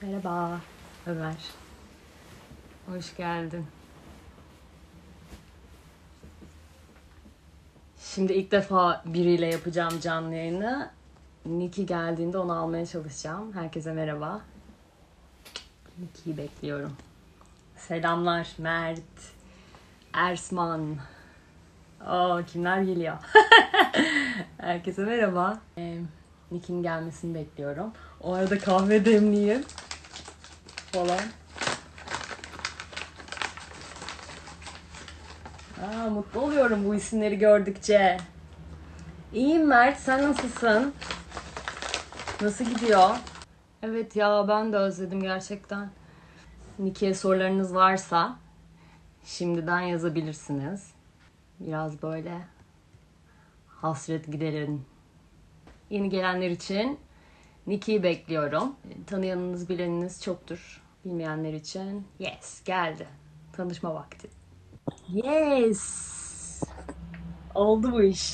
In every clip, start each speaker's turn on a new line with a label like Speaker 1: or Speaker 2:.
Speaker 1: Merhaba Ömer. Hoş geldin. Şimdi ilk defa biriyle yapacağım canlı yayını. Niki geldiğinde onu almaya çalışacağım. Herkese merhaba. Niki'yi bekliyorum. Selamlar Mert, Ersman. Kimler geliyor? Herkese merhaba. Niki'nin gelmesini bekliyorum. O arada kahve demleyeyim falan. Mutlu oluyorum bu isimleri gördükçe. İyiyim Mert, sen nasılsın? Nasıl gidiyor? Evet ya ben de özledim gerçekten. Niki'ye sorularınız varsa şimdiden yazabilirsiniz. Biraz böyle hasret giderin. Yeni gelenler için Niki'yi bekliyorum. Tanıyanınız bileniniz çoktur. Bilmeyenler için yes geldi. Tanışma vakti. Yes. Oldu bu iş.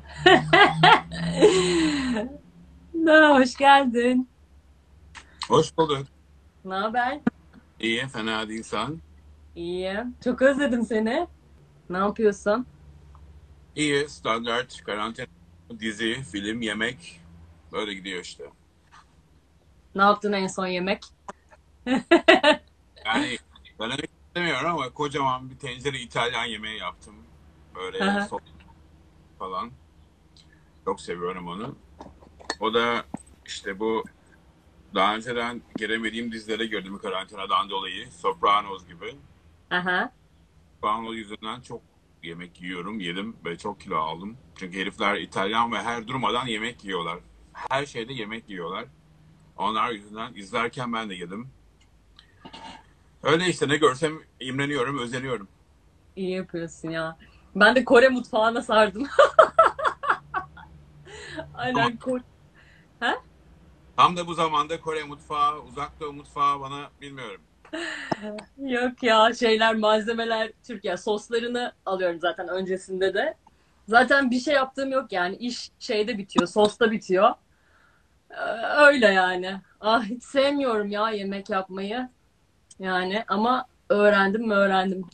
Speaker 1: Hoş geldin.
Speaker 2: Hoş bulduk.
Speaker 1: Ne haber?
Speaker 2: İyi, fena değilsen.
Speaker 1: İyiyim. Çok özledim seni. Ne yapıyorsun?
Speaker 2: İyi, standart, karantina, dizi, film, yemek. Böyle gidiyor işte.
Speaker 1: Ne yaptın en son yemek?
Speaker 2: Yani söylemek istemiyorum ama kocaman bir tencere İtalyan yemeği yaptım. Böyle sos falan. Çok seviyorum onu. O da işte bu daha önceden giremediğim dizilere girdim karantinadan dolayı. Sopranos gibi.
Speaker 1: Aha.
Speaker 2: Sopranos yüzünden çok yemek yiyorum, yedim ve çok kilo aldım. Çünkü herifler İtalyan ve her durmadan yemek yiyorlar. Her şeyde yemek yiyorlar. Onlar yüzünden izlerken ben de yedim. Öyle işte ne görsem imreniyorum, özeniyorum.
Speaker 1: İyi yapıyorsun ya. Ben de Kore mutfağına sardım.
Speaker 2: Ama
Speaker 1: Aynen Kore. Ha?
Speaker 2: tam da bu zamanda Kore mutfağı, Uzak Doğu mutfağı bana bilmiyorum.
Speaker 1: Yok ya şeyler malzemeler Türkiye soslarını alıyorum zaten öncesinde de. Zaten bir şey yaptığım yok yani iş şeyde bitiyor sosta bitiyor. Öyle yani. Ah hiç sevmiyorum ya yemek yapmayı. Yani ama öğrendim mi öğrendim.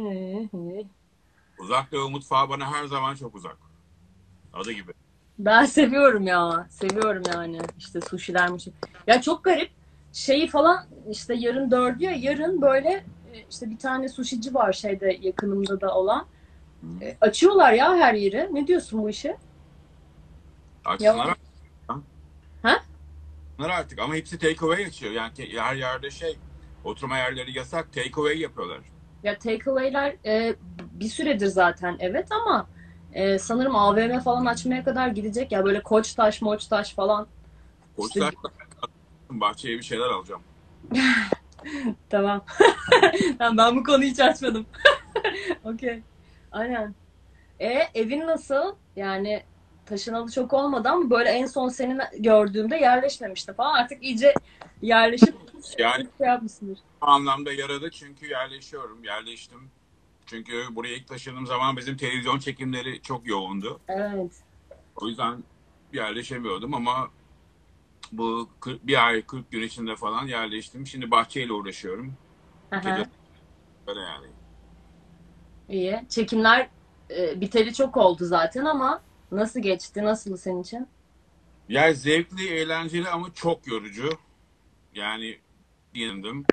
Speaker 2: Uzak Doğu mutfağı bana her zaman çok uzak. Adı gibi.
Speaker 1: Ben seviyorum ya. Seviyorum yani. İşte sushi'lermiş. Ya çok garip. Şeyi falan işte yarın dördü ya yarın böyle işte bir tane sushici var şeyde yakınımda da olan.
Speaker 2: Hı.
Speaker 1: Açıyorlar ya her yeri. Ne diyorsun bu işe?
Speaker 2: Açsınlar
Speaker 1: Yalan.
Speaker 2: artık.
Speaker 1: Ha?
Speaker 2: Açsınlar artık ama hepsi take away açıyor. Yani her yerde şey oturma yerleri yasak take away yapıyorlar.
Speaker 1: Ya takeaway'ler bir süredir zaten evet ama sanırım AVM falan açmaya kadar gidecek ya böyle Koçtaş, Moçtaş falan. İşte
Speaker 2: Koçlar bahçeye bir şeyler alacağım.
Speaker 1: tamam. Tamam, ben bu konuyu hiç açmadım. Okey. Aynen. Evin nasıl? Yani taşınalı çok olmadı ama böyle en son seni gördüğümde yerleşmemişti falan. Artık iyice yerleşip
Speaker 2: Yani
Speaker 1: şey yapmışsındır.
Speaker 2: bu anlamda yaradı çünkü yerleşiyorum, yerleştim. Çünkü buraya ilk taşındığım zaman bizim televizyon çekimleri çok yoğundu.
Speaker 1: Evet.
Speaker 2: O yüzden yerleşemiyordum ama bir ay 40 gün içinde falan yerleştim. Şimdi bahçeyle uğraşıyorum. Kedi
Speaker 1: Aha,
Speaker 2: böyle yani.
Speaker 1: iyi. Çekimler biteli çok oldu zaten ama nasıl geçti? Nasıl senin için?
Speaker 2: Yani zevkli, eğlenceli ama çok yorucu. Yani yenildim.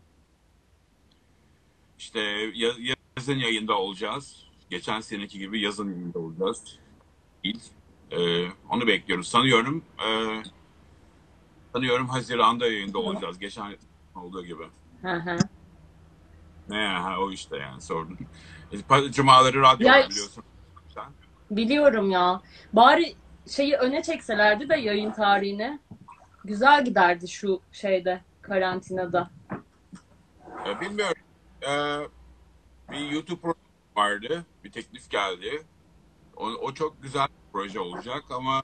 Speaker 2: İşte yazın yayında olacağız. Geçen seneki gibi yazın yayında olacağız. İlk. Onu bekliyoruz. Sanıyorum Haziran'da yayında olacağız. Geçen olduğu gibi.
Speaker 1: Hı hı.
Speaker 2: Ne ya, ha, o işte yani sordun. Cumaları radyo
Speaker 1: Ya
Speaker 2: var biliyorsun. Sen.
Speaker 1: biliyorum ya. Bari şeyi öne çekselerdi de yayın tarihini. Güzel giderdi şu şeyde karantinada.
Speaker 2: Bilmiyorum. Ee, Bir YouTube projesi vardı. Bir teklif geldi. O çok güzel bir proje olacak ama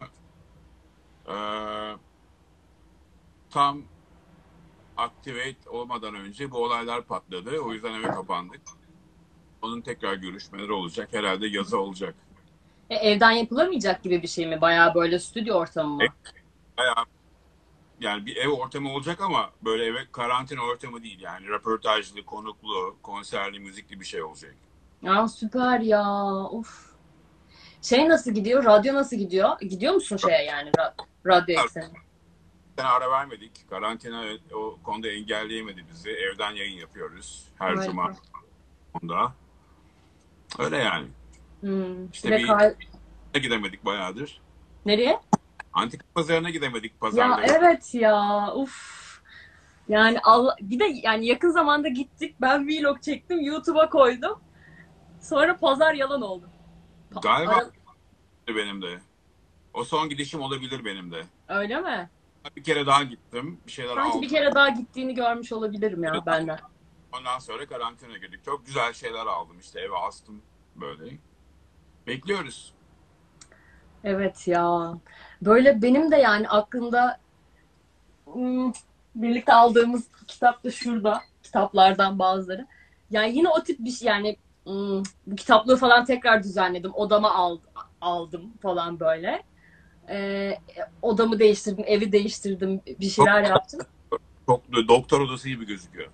Speaker 2: e, tam activate olmadan önce bu olaylar patladı. O yüzden eve kapandık. Onun tekrar görüşmeleri olacak. Herhalde yazı olacak.
Speaker 1: Evden yapılamayacak gibi bir şey mi? Bayağı böyle stüdyo ortamı
Speaker 2: E,
Speaker 1: mı?
Speaker 2: bayağı Yani bir ev ortamı olacak ama böyle eve karantina ortamı değil. Yani röportajlı, konuklu, konserli, müzikli bir şey olacak.
Speaker 1: Ya süper ya. Uf. Şey nasıl gidiyor? Radyo nasıl gidiyor? Gidiyor musun şeye yani radyo ekseni?
Speaker 2: Karantina ara vermedik. Karantina o konuda engelleyemedi bizi. Evden yayın yapıyoruz her cuma
Speaker 1: Harika.
Speaker 2: onda. Öyle yani.
Speaker 1: Bir
Speaker 2: İşte
Speaker 1: de
Speaker 2: bir gidemedik bayağıdır.
Speaker 1: nereye?
Speaker 2: Antika pazarına gidemedik
Speaker 1: Ya
Speaker 2: pazarları.
Speaker 1: evet ya. Uf. Yani Allah bir de yani yakın zamanda gittik. Ben vlog çektim, YouTube'a koydum. Sonra pazar yalan oldu.
Speaker 2: Galiba
Speaker 1: Ara...
Speaker 2: benim de. O son gidişim olabilir benim de.
Speaker 1: Öyle mi?
Speaker 2: Bir kere daha gittim. Bir şeyler
Speaker 1: Sanki bir
Speaker 2: aldım.
Speaker 1: kere daha gittiğini görmüş olabilirim ya benden.
Speaker 2: Ondan sonra karantina girdik. Çok güzel şeyler aldım. İşte eve astım böyle. Bekliyoruz.
Speaker 1: Evet ya. Böyle benim de yani aklımda hmm, birlikte aldığımız kitap da şurada. Kitaplardan bazıları. Yani yine o tip bir şey yani bu kitaplığı falan tekrar düzenledim. Aldım falan böyle. Odamı değiştirdim, evi değiştirdim, bir
Speaker 2: Çok,
Speaker 1: şeyler yaptım.
Speaker 2: çok doktor odası gibi gözüküyor.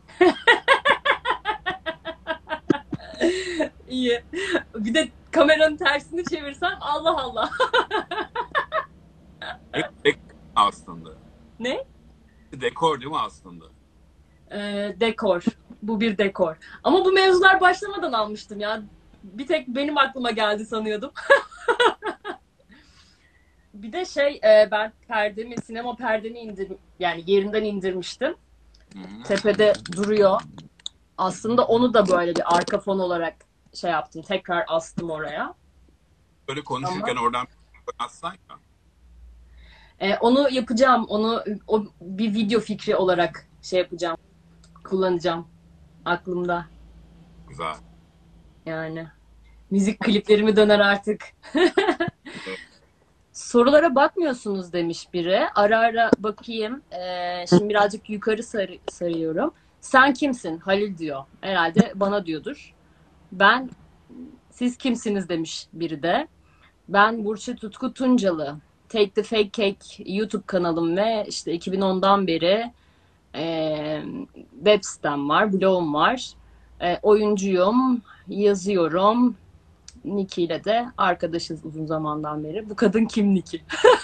Speaker 1: İyi. Bir de kameranın tersini çevirsen Allah Allah.
Speaker 2: Aslında.
Speaker 1: Ne?
Speaker 2: Dekor değil mi aslında?
Speaker 1: Dekor. Bu bir dekor. Ama bu mevzular başlamadan almıştım ya. Bir tek benim aklıma geldi sanıyordum. Bir de ben sinema perdemi yani yerinden indirmiştim.
Speaker 2: Hı-hı.
Speaker 1: Tepede duruyor. Aslında onu da böyle bir arka fon olarak şey yaptım. Tekrar astım oraya.
Speaker 2: Böyle
Speaker 1: Ama
Speaker 2: konuşurken oradan atsan ya.
Speaker 1: onu yapacağım. O bir video fikri olarak şey yapacağım. Kullanacağım. Aklımda.
Speaker 2: Güzel.
Speaker 1: Yani. Müzik kliplerimi döner artık. Sorulara bakmıyorsunuz demiş biri. Ara ara bakayım. Şimdi birazcık yukarı sarıyorum. Sen kimsin? Halil diyor. Herhalde bana diyordur. Ben siz kimsiniz demiş biri de. Ben Burçin Tutku Tuncalı. Take the Fake Cake YouTube kanalım ve işte 2010'dan beri e, web sitem var, blogum var. Oyuncuyum, yazıyorum. Niki ile de arkadaşız uzun zamandan beri. Bu kadın kim Niki?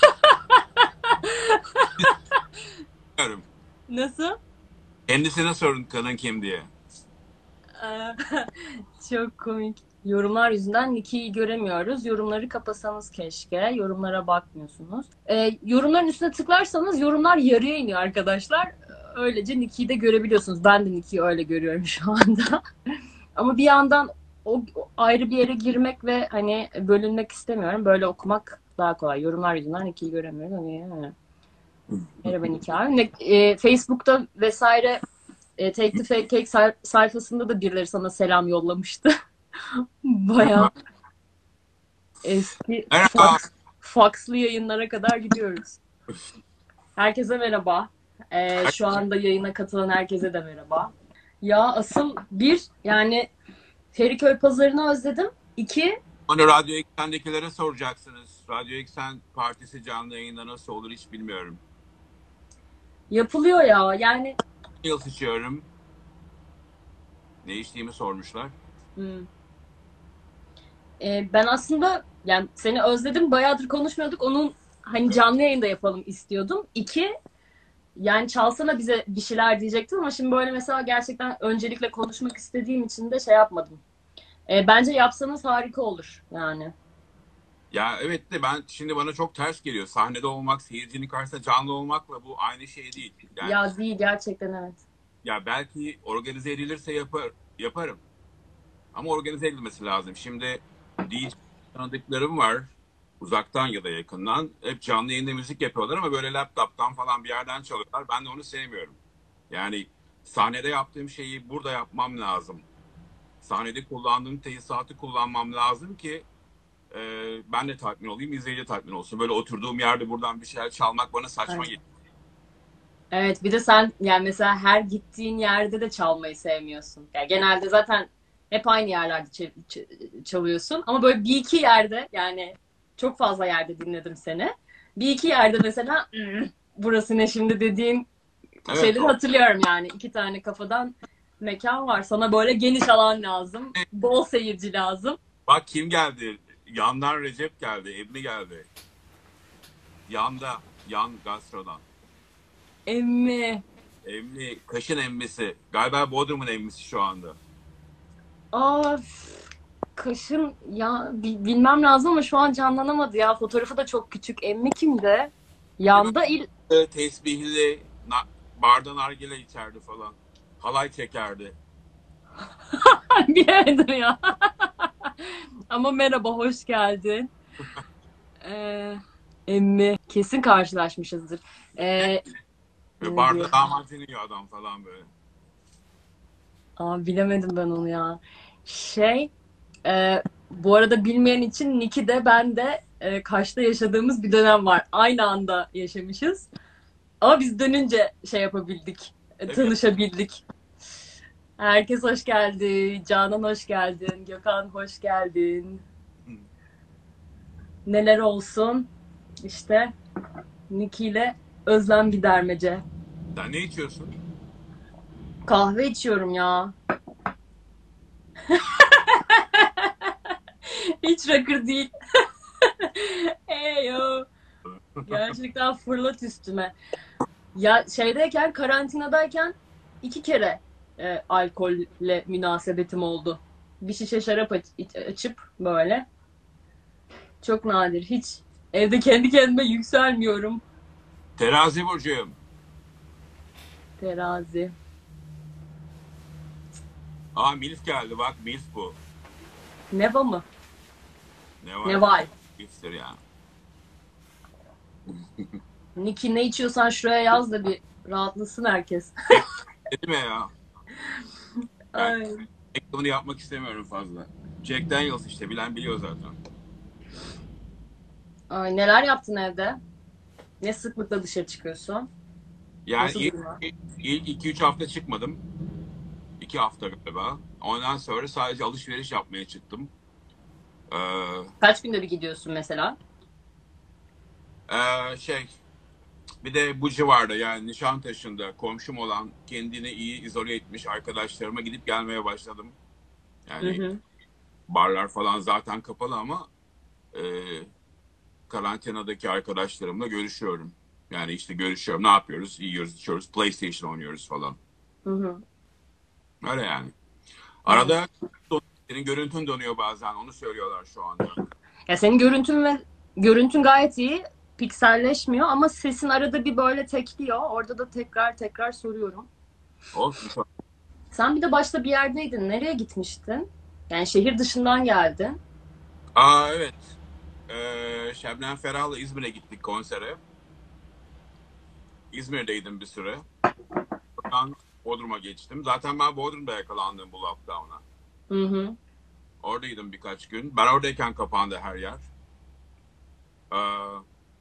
Speaker 2: Bilmiyorum.
Speaker 1: Nasıl?
Speaker 2: Kendisine sorun kadın kim diye.
Speaker 1: Ee, Çok komik. Yorumlar yüzünden Niki'yi göremiyoruz. Yorumları kapasanız keşke. Yorumlara bakmıyorsunuz. Yorumların üstüne tıklarsanız yorumlar yarıya iniyor arkadaşlar. Öylece Niki'yi de görebiliyorsunuz. Ben de Niki'yi öyle görüyorum şu anda. Ama bir yandan o ayrı bir yere girmek ve hani bölünmek istemiyorum. Böyle okumak daha kolay. Yorumlar yüzünden Niki'yi göremiyoruz. Hani, merhaba Niki abi. Facebook'ta vesaire Take the Fake Cake sayfasında da birileri sana selam yollamıştı. Bayağı
Speaker 2: Merhaba.
Speaker 1: eski
Speaker 2: Merhaba.
Speaker 1: fakslı yayınlara kadar gidiyoruz. Herkese merhaba. Şu anda yayına katılan herkese de merhaba. Ya asıl yani Feriköy pazarını özledim. İki,
Speaker 2: Onu Radyo Eksen'dekilere soracaksınız. Radyo Eksen Partisi canlı yayında nasıl olur hiç bilmiyorum.
Speaker 1: yapılıyor ya. Yani
Speaker 2: Yıl içiyorum. Ne içtiğimi sormuşlar.
Speaker 1: hmm, ben aslında yani seni özledim. Bayağıdır konuşmuyorduk. Onun hani
Speaker 2: Evet.
Speaker 1: canlı yayında yapalım istiyordum. İki, yani çalsana bize bir şeyler diyecektim ama şimdi böyle mesela gerçekten öncelikle konuşmak istediğim için de şey yapmadım. Bence yapsanız harika olur yani.
Speaker 2: Ya evet de ben şimdi bana çok ters geliyor. Sahnede olmak, seyircinin karşısında canlı olmakla bu aynı şey değil. Yani
Speaker 1: Ya değil gerçekten evet.
Speaker 2: ya belki organize edilirse yaparım. Ama organize edilmesi lazım. Şimdi DJ tanıdıklarım var. Uzaktan ya da yakından. Hep canlı yayında müzik yapıyorlar ama böyle laptop'tan falan bir yerden çalıyorlar. Ben de onu sevmiyorum. Yani sahnede yaptığım şeyi burada yapmam lazım. Sahnede kullandığım tesisatı kullanmam lazım ki e, ben de tatmin olayım, izleyici tatmin olsun. Böyle oturduğum yerde buradan bir şeyler çalmak bana saçma
Speaker 1: Evet.
Speaker 2: geliyor.
Speaker 1: Evet bir de sen yani mesela her gittiğin yerde de çalmayı sevmiyorsun. Yani genelde zaten hep aynı yerlerde çalıyorsun. Ama böyle bir iki yerde yani çok fazla yerde dinledim seni. Bir iki yerde mesela burası ne şimdi dediğin
Speaker 2: Evet
Speaker 1: şeyleri
Speaker 2: o.
Speaker 1: hatırlıyorum yani. 2 tane kafadan mekan var. Sana böyle geniş alan lazım. Bol seyirci lazım.
Speaker 2: Bak kim geldi? Yandan Recep geldi. Emmi geldi. Yanda. Yan gastrodan.
Speaker 1: Emmi.
Speaker 2: Emmi. Kaş'ın emmisi. Galiba Bodrum'un emmisi şu anda.
Speaker 1: Aa, kaşın ya bilmem lazım ama şu an canlanamadı ya. Fotoğrafı da çok küçük. Emmi kimdi?
Speaker 2: Bir böyle
Speaker 1: Yanda
Speaker 2: tesbihli barda nargile içerdi falan. Halay çekerdi.
Speaker 1: bilemedim ya. Ama merhaba, hoş geldin. Ee, Emmi. Kesin karşılaşmışızdır. Ee,
Speaker 2: Ve
Speaker 1: ne
Speaker 2: barda
Speaker 1: diyor?
Speaker 2: lahmacun yiyor adam falan böyle.
Speaker 1: Aa, bilemedim ben onu ya. Şey, bu arada bilmeyen için Niki de ben de Kaş'ta yaşadığımız bir dönem var. Aynı anda yaşamışız. Ama biz dönünce şey yapabildik,
Speaker 2: Evet.
Speaker 1: tanışabildik. Herkes hoş geldi. Canan hoş geldin. Gökhan hoş geldin. Neler olsun? İşte Niki ile özlem gidermece.
Speaker 2: Sen ne içiyorsun?
Speaker 1: Kahve içiyorum ya. Hiç rakır değil. Eyo. Gerçekten fırlat üstüme. Ya şeydeyken, karantinadayken 2 kere alkolle münasebetim oldu. Bir şişe şarap açıp böyle. Çok nadir. Hiç evde kendi kendime yükselmiyorum.
Speaker 2: Terazi burcuyum.
Speaker 1: Terazi.
Speaker 2: Aa Milf geldi bak Milf bu.
Speaker 1: Neva mı?
Speaker 2: Ne var?
Speaker 1: Neval.
Speaker 2: Milf'tir yani.
Speaker 1: Niki, ne içiyorsan şuraya yaz da bir rahatlasın herkes.
Speaker 2: Dedim ya. Yani
Speaker 1: Ay.
Speaker 2: reklamını yapmak istemiyorum fazla. Jack Daniels işte bilen biliyor zaten.
Speaker 1: Ay, neler yaptın evde? Ne sıklıkla dışarı çıkıyorsun?
Speaker 2: Yani
Speaker 1: Nasıl durumlar?
Speaker 2: ilk 2-3 hafta çıkmadım. 2 hafta galiba. Ondan sonra sadece alışveriş yapmaya çıktım. Ee,
Speaker 1: Kaç günde bir gidiyorsun mesela?
Speaker 2: şey bir de bu civarda yani Nişantaşı'nda komşum olan kendini iyi izole etmiş arkadaşlarıma gidip gelmeye başladım.
Speaker 1: Hı
Speaker 2: Yani
Speaker 1: hı.
Speaker 2: barlar falan zaten kapalı ama e, karantinadaki arkadaşlarımla görüşüyorum. Yani işte görüşüyorum. Ne yapıyoruz? Yiyoruz, içiyoruz, PlayStation oynuyoruz falan.
Speaker 1: Hı hı.
Speaker 2: Öyle yani.
Speaker 1: Evet.
Speaker 2: Arada senin görüntün donuyor bazen. Onu söylüyorlar şu anda.
Speaker 1: Ya senin görüntün gayet iyi. Pikselleşmiyor ama sesin arada bir böyle tekliyor. Orada da tekrar tekrar soruyorum.
Speaker 2: Olsun.
Speaker 1: Sen bir de başta bir yerdeydin. Nereye gitmiştin? Yani şehir dışından geldin.
Speaker 2: Aa evet. Şebnem Ferah'la İzmir'e gittik konsere. İzmir'deydim bir süre. Oradan Bodrum'a geçtim. Zaten ben Bodrum'da yakalandım bu lockdown'a.
Speaker 1: Hı hı.
Speaker 2: Oradaydım birkaç gün. Ben oradayken kapandı her yer. Ee,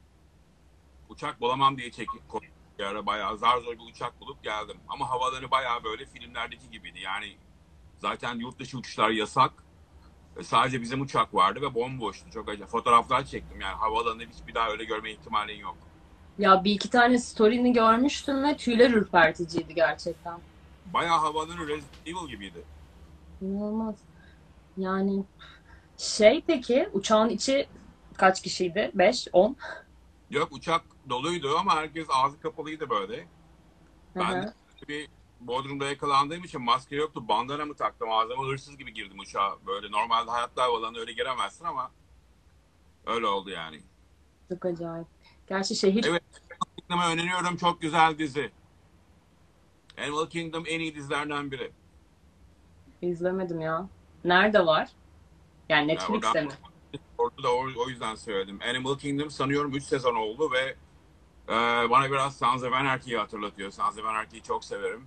Speaker 2: uçak bulamam diye bir ara bayağı zar zor bir uçak bulup geldim. Ama havaları bayağı böyle filmlerdeki gibiydi. Yani zaten yurt dışı uçuşlar yasak. Sadece bizim uçak vardı ve bomboştu. Çok acayip. Fotoğraflar çektim yani havaalanını hiç daha öyle görme ihtimalin yok.
Speaker 1: Ya bir iki tane story'ni görmüştüm ve tüyler ürperticiydi gerçekten.
Speaker 2: Bayağı havaalanı Resident Evil gibiydi.
Speaker 1: İnanılmaz. Yani şey, peki uçağın içi kaç kişiydi? 5, 10?
Speaker 2: Yok uçak doluydu ama herkes ağzı kapalıydı böyle.
Speaker 1: Hı
Speaker 2: Ben de
Speaker 1: hı.
Speaker 2: bir Bodrum'da yakalandığım için maske yoktu. Bandana mı taktım ağzıma hırsız gibi girdim uçağa. Böyle normalde hayatta havalanı öyle giremezsin ama öyle oldu yani.
Speaker 1: Çok acayip. Gerçi şehir
Speaker 2: Evet. Kingdom'u öneriyorum. Çok güzel dizi. Animal Kingdom en iyi dizilerden biri.
Speaker 1: izlemedim ya. Nerede var? Yani
Speaker 2: Yani oradan
Speaker 1: Netflix'te mi?
Speaker 2: orada da o yüzden söyledim. Animal Kingdom sanıyorum 3 sezon oldu ve bana biraz Sons of Anarchy'yi hatırlatıyor. Sons of Anarchy'yi çok severim.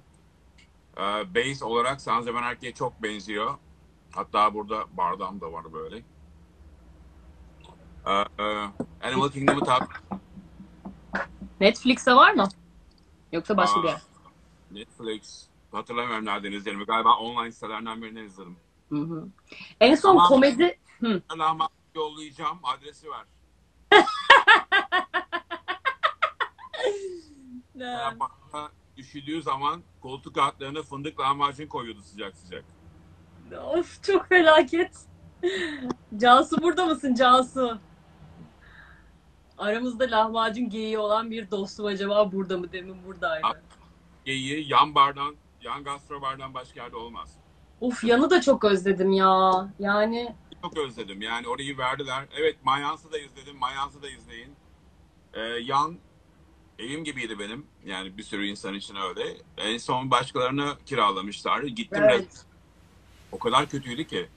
Speaker 2: Base olarak Sons of Anarchy'ye çok benziyor. Hatta burada bardağım da var böyle. Animal Kingdom'u
Speaker 1: Netflix'te var mı? Yoksa başka bir
Speaker 2: Aa,
Speaker 1: yer?
Speaker 2: Netflix. Hatırlamıyorum nereden izledim. Galiba online sitelerinden birinden izledim.
Speaker 1: Hı hı. En son
Speaker 2: Tamam.
Speaker 1: komedi... Hı.
Speaker 2: Lahmacun yollayacağım. Adresi ver.
Speaker 1: Ne?
Speaker 2: Bana üşüdüğü zaman koltuk altlarına fındık lahmacun koyuyordu sıcak sıcak.
Speaker 1: Of, çok felaket. Cansu burada mısın Cansu? Aramızda lahmacun geyiği olan bir dostum acaba burada mı? Demin buradaydı.
Speaker 2: Yeyi yan bardan, yan gastro bardan başka yerde olmaz.
Speaker 1: Of, yanı da çok özledim ya. Yani
Speaker 2: Çok özledim. Yani orayı verdiler. Evet, Mayans'ı da izledim. Mayans'ı da izleyin. Yan evim gibiydi benim. Yani bir sürü insan için öyle. En son başkalarına kiralamışlardı. Gittim
Speaker 1: evet.
Speaker 2: o kadar kötüydü ki.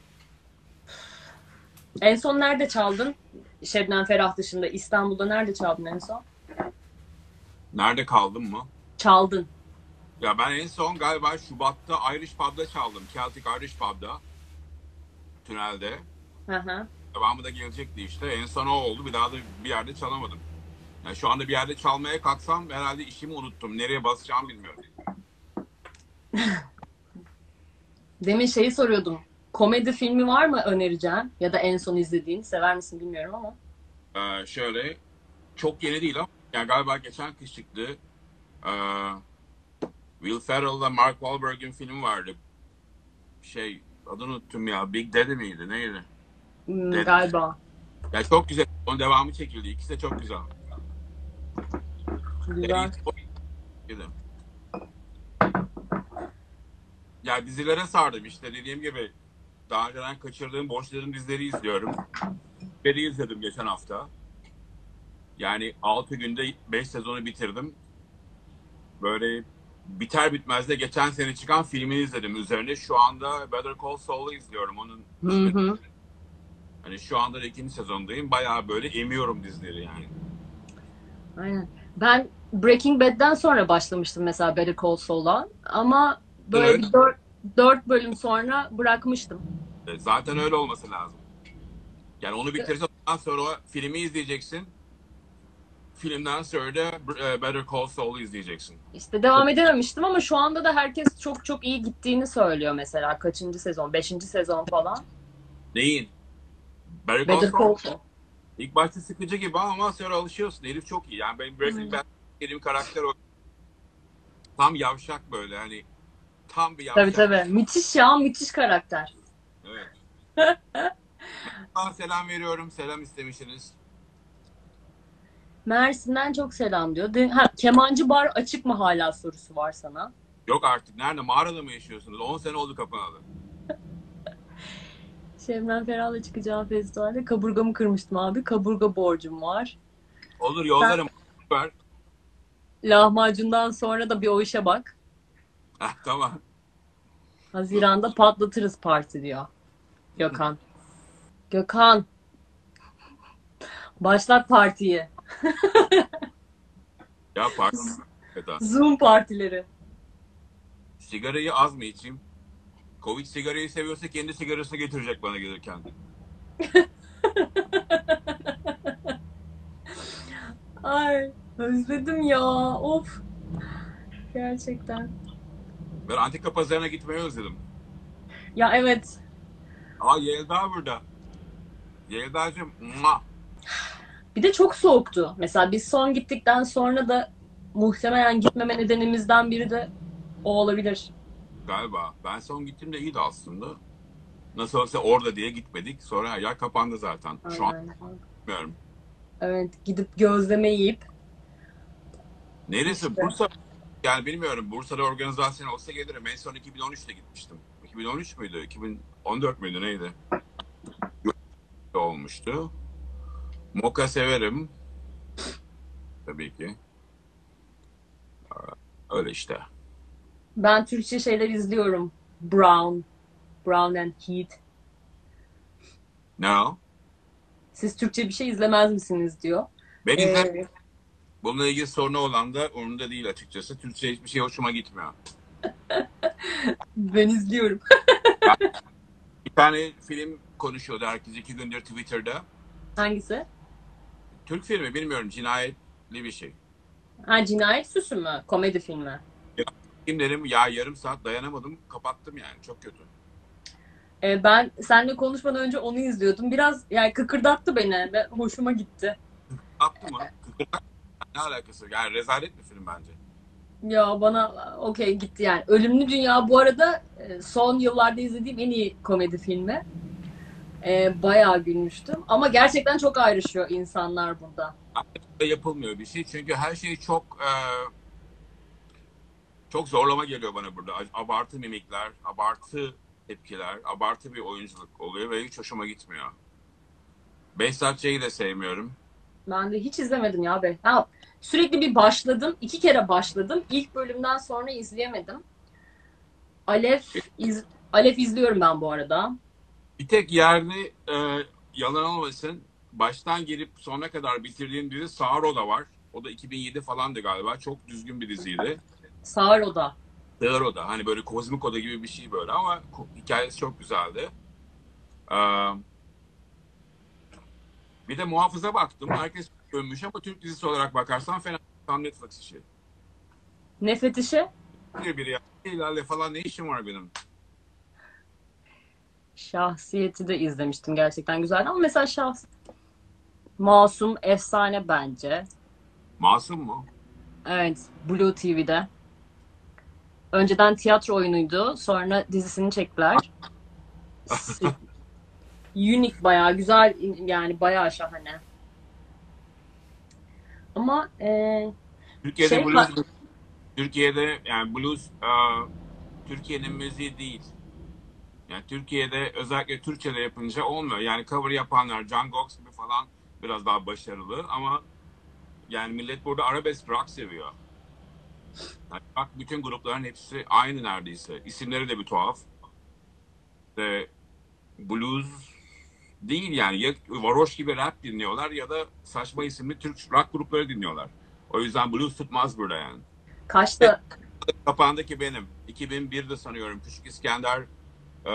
Speaker 1: En son nerede çaldın? Şebnem Ferah dışında İstanbul'da nerede çaldın en son?
Speaker 2: Nerede kaldım mı?
Speaker 1: Çaldın.
Speaker 2: Ya ben en son galiba Şubat'ta Irish Pub'da çaldım. Celtic Irish Pub'da. Tünelde.
Speaker 1: Hı hı.
Speaker 2: Devamı da gelecekti işte. En son o oldu. Bir daha da bir yerde çalamadım. Yani şu anda bir yerde çalmaya kalksam herhalde işimi unuttum. Nereye basacağımı bilmiyorum.
Speaker 1: Demin şeyi soruyordum. Komedi filmi var mı önereceğin? Ya da en son izlediğin? Sever misin bilmiyorum ama.
Speaker 2: Şöyle çok yeni değil ama yani galiba geçen kış çıktı. Ee, Will Ferrell'la Mark Wahlberg'in filmi vardı. Şey adını unuttum ya. Big Daddy miydi? Neydi? Daddy.
Speaker 1: Galiba.
Speaker 2: Ya çok güzel. Onun devamı çekildi. İkisi de çok güzel.
Speaker 1: Güzel.
Speaker 2: Ya dizilere sardım işte dediğim gibi. Daha önceden kaçırdığım boşladığım dizileri izliyorum. Beri izledim geçen hafta. Yani 6 günde 5 sezonu bitirdim. Böyle biter bitmez de geçen sene çıkan filmini izledim üzerine. Şu anda Better Call Saul'u izliyorum. Onun
Speaker 1: Hı hı.
Speaker 2: hani şu anda da ikinci sezondayım. Bayağı böyle emiyorum dizileri yani.
Speaker 1: Aynen. Ben Breaking Bad'den sonra başlamıştım mesela Better Call Saul'a. Ama böyle
Speaker 2: Evet.
Speaker 1: bir dört bölüm sonra bırakmıştım.
Speaker 2: Zaten öyle olması lazım. Yani onu bitirsen ondan sonra o filmi izleyeceksin. Filmden sonra da Better Call Saul'u izleyeceksin.
Speaker 1: İşte devam edememiştim ama şu anda da herkes çok çok iyi gittiğini söylüyor mesela. Kaçıncı sezon? Beşinci sezon falan.
Speaker 2: Neyin? Better Call
Speaker 1: Better
Speaker 2: Saul
Speaker 1: Call Saul.
Speaker 2: ilk başta sıkıcı gibi ama sonra alışıyorsun. Herif çok iyi. Yani benim Breaking
Speaker 1: Hmm.
Speaker 2: Bad dediğim karakter o. Tam yavşak böyle hani tam bir
Speaker 1: Tabii
Speaker 2: yavşak.
Speaker 1: tabii. Müthiş ya, müthiş karakter.
Speaker 2: Evet. Selam veriyorum. Selam istemişsiniz.
Speaker 1: Mersin'den çok selam diyor. Ha, kemancı bar açık mı hala sorusu var sana.
Speaker 2: Yok artık. Nerede? Mağarada mı yaşıyorsunuz? 10 sene oldu kapanalı.
Speaker 1: Şebnem Ferah'la çıkacağım festivalde kaburgamı kırmıştım abi. Kaburga borcum var.
Speaker 2: Olur
Speaker 1: Sen
Speaker 2: yollarım. Ver.
Speaker 1: lahmacundan sonra da bir o işe bak.
Speaker 2: Heh, tamam.
Speaker 1: Haziran'da patlatırız parti diyor Gökhan. Gökhan, başlat partiyi.
Speaker 2: Ya pardon. Hakikaten.
Speaker 1: Zoom partileri.
Speaker 2: Sigarayı az mı içeyim? Covid sigarayı seviyorsa kendi sigarasını getirecek bana gelirken.
Speaker 1: Ay, özledim ya. Of, gerçekten.
Speaker 2: Ben antika pazarına gitmeyi özledim.
Speaker 1: Ya evet.
Speaker 2: Aa Yelda burada. Yelda'cığım. Mua.
Speaker 1: Bir de çok soğuktu. Mesela biz son gittikten sonra da muhtemelen gitmeme nedenimizden biri de o olabilir.
Speaker 2: Galiba. Ben son gittiğimde iyiydi aslında. Nasıl olsa orada diye gitmedik. Sonra her yer kapandı zaten. Şu an
Speaker 1: Aynen.
Speaker 2: bilmiyorum.
Speaker 1: Evet, gidip gözleme yiyip
Speaker 2: Neresi?
Speaker 1: işte.
Speaker 2: Bursa. Yani bilmiyorum. Bursa'da organizasyon olsa gelirim. En son 2013'te gitmiştim. 2013 müydü? 2014 müydü? Neydi? Olmuştu. Moka severim. Tabii ki. Öyle işte.
Speaker 1: Ben Türkçe şeyler izliyorum. Brown and Heat.
Speaker 2: Ne o?
Speaker 1: Siz Türkçe bir şey izlemez misiniz diyor.
Speaker 2: Ben izlerim.
Speaker 1: Ee,
Speaker 2: Bununla ilgili sorunu olan da onun da değil açıkçası. Türkçe hiçbir şey hoşuma gitmiyor.
Speaker 1: ben izliyorum.
Speaker 2: Yani bir tane film konuşuyordu herkes 2 gündür Twitter'da.
Speaker 1: Hangisi?
Speaker 2: Türk filmi bilmiyorum cinayetli bir şey.
Speaker 1: Ha, Cinayet Süsü mü? Komedi filmi.
Speaker 2: Ya, film dedim ya yarım saat dayanamadım kapattım yani çok kötü.
Speaker 1: Ben seninle konuşmadan önce onu izliyordum. Biraz yani kıkırdattı beni ve hoşuma gitti.
Speaker 2: Attı mı? Kıkırdak. Ne alakası? Yani rezalet bir film bence.
Speaker 1: Ya bana okey gitti yani. Ölümlü Dünya bu arada son yıllarda izlediğim en iyi komedi filmi. Bayağı gülmüştüm. Ama gerçekten çok ayrışıyor insanlar burada.
Speaker 2: Bence yapılmıyor bir şey. Çünkü her şey çok zorlama geliyor bana burada. Abartı mimikler, abartı tepkiler, abartı bir oyunculuk oluyor ve hiç hoşuma gitmiyor. Behzat Ç'yi de sevmiyorum.
Speaker 1: Ben de hiç izlemedim ya be. Ha, sürekli bir başladım. 2 kere başladım. İlk bölümden sonra izleyemedim. Alev, iz, Alev izliyorum ben bu arada.
Speaker 2: Bir tek yerde yalan olmasın baştan gelip sonuna kadar bitirdiğim dizi Sağır var. O da 2007 falandı galiba. Çok düzgün bir diziydi.
Speaker 1: Sağır Oda.
Speaker 2: Sağır Oda. Hani böyle kozmik oda gibi bir şey böyle ama hikayesi çok güzeldi. E, Bir de Muhafız'a baktım. Herkes övmüş ama Türk dizisi olarak bakarsan fena. Tam Netflix işi.
Speaker 1: Ne fetişi?
Speaker 2: Bir ya. İlerle falan ne işim var benim?
Speaker 1: Şahsiyeti de izlemiştim. Gerçekten güzeldi. Ama mesela Masum efsane bence.
Speaker 2: Masum mu?
Speaker 1: Evet. Blue TV'de. Önceden tiyatro oyunuydu. Sonra dizisini çektiler. Unique bayağı güzel yani bayağı şahane. Ama
Speaker 2: Türkiye'de
Speaker 1: şey
Speaker 2: blues Türkiye'de yani blues Türkiye'nin müziği değil. Yani Türkiye'de özellikle Türkçe'de yapınca olmuyor. Yani cover yapanlar John Gox gibi falan biraz daha başarılı ama yani millet burada arabesk rock seviyor. Yani bak bütün grupların hepsi aynı neredeyse. İsimleri de bir tuhaf. İşte blues değil yani. Ya varoş gibi rap dinliyorlar ya da saçma isimli Türk rock grupları dinliyorlar. O yüzden blues tutmaz burada yani. Ve
Speaker 1: kaçta
Speaker 2: kapağındaki benim. 2001'de sanıyorum. Küçük İskender e,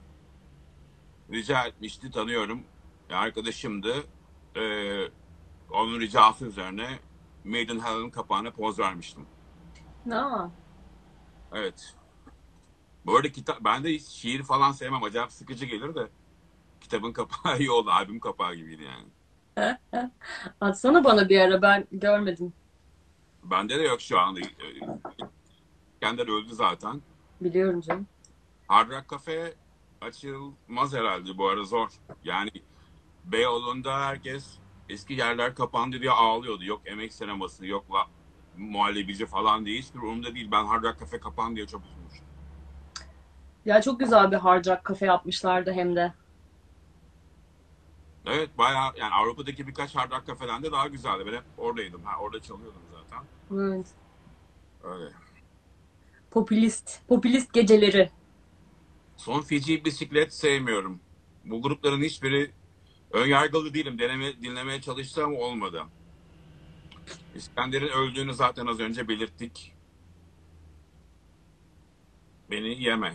Speaker 2: rica etmişti. Tanıyorum. Arkadaşımdı. E, Onun ricası üzerine Maidenhead'ın kapağına poz vermiştim.
Speaker 1: ne?
Speaker 2: Evet. Bu arada ben de hiç şiir falan sevmem. Acayip sıkıcı gelir de kitabın kapağı iyi oldu. Albüm kapağı gibiydi yani.
Speaker 1: Atsana bana bir ara ben görmedim.
Speaker 2: Bende de yok şu anda. İskender öldü zaten.
Speaker 1: Biliyorum canım.
Speaker 2: Hard Rock Cafe açılmaz herhalde bu ara zor. Yani Beyoğlu'nda herkes eski yerler kapandı diye ağlıyordu. Yok emek sineması, yok muhallebici falan diye. Hiçbir umurumda değil. Ben Hard Rock Cafe kapan diye çok üzülmüştüm.
Speaker 1: Ya çok güzel bir hard rock kafe yapmışlardı hem de.
Speaker 2: Evet bayağı yani Avrupa'daki birkaç Hard Rock Cafe'den de daha güzeldi. Ben hep oradaydım. Ha, orada çalıyordum zaten.
Speaker 1: Evet.
Speaker 2: Öyle.
Speaker 1: Popülist. Popülist geceleri.
Speaker 2: Son Fiji bisiklet sevmiyorum. Bu grupların hiçbiri önyargılı değilim. Dinlemeye çalıştım ama olmadı. İskender'in öldüğünü zaten az önce belirttik. Beni yeme.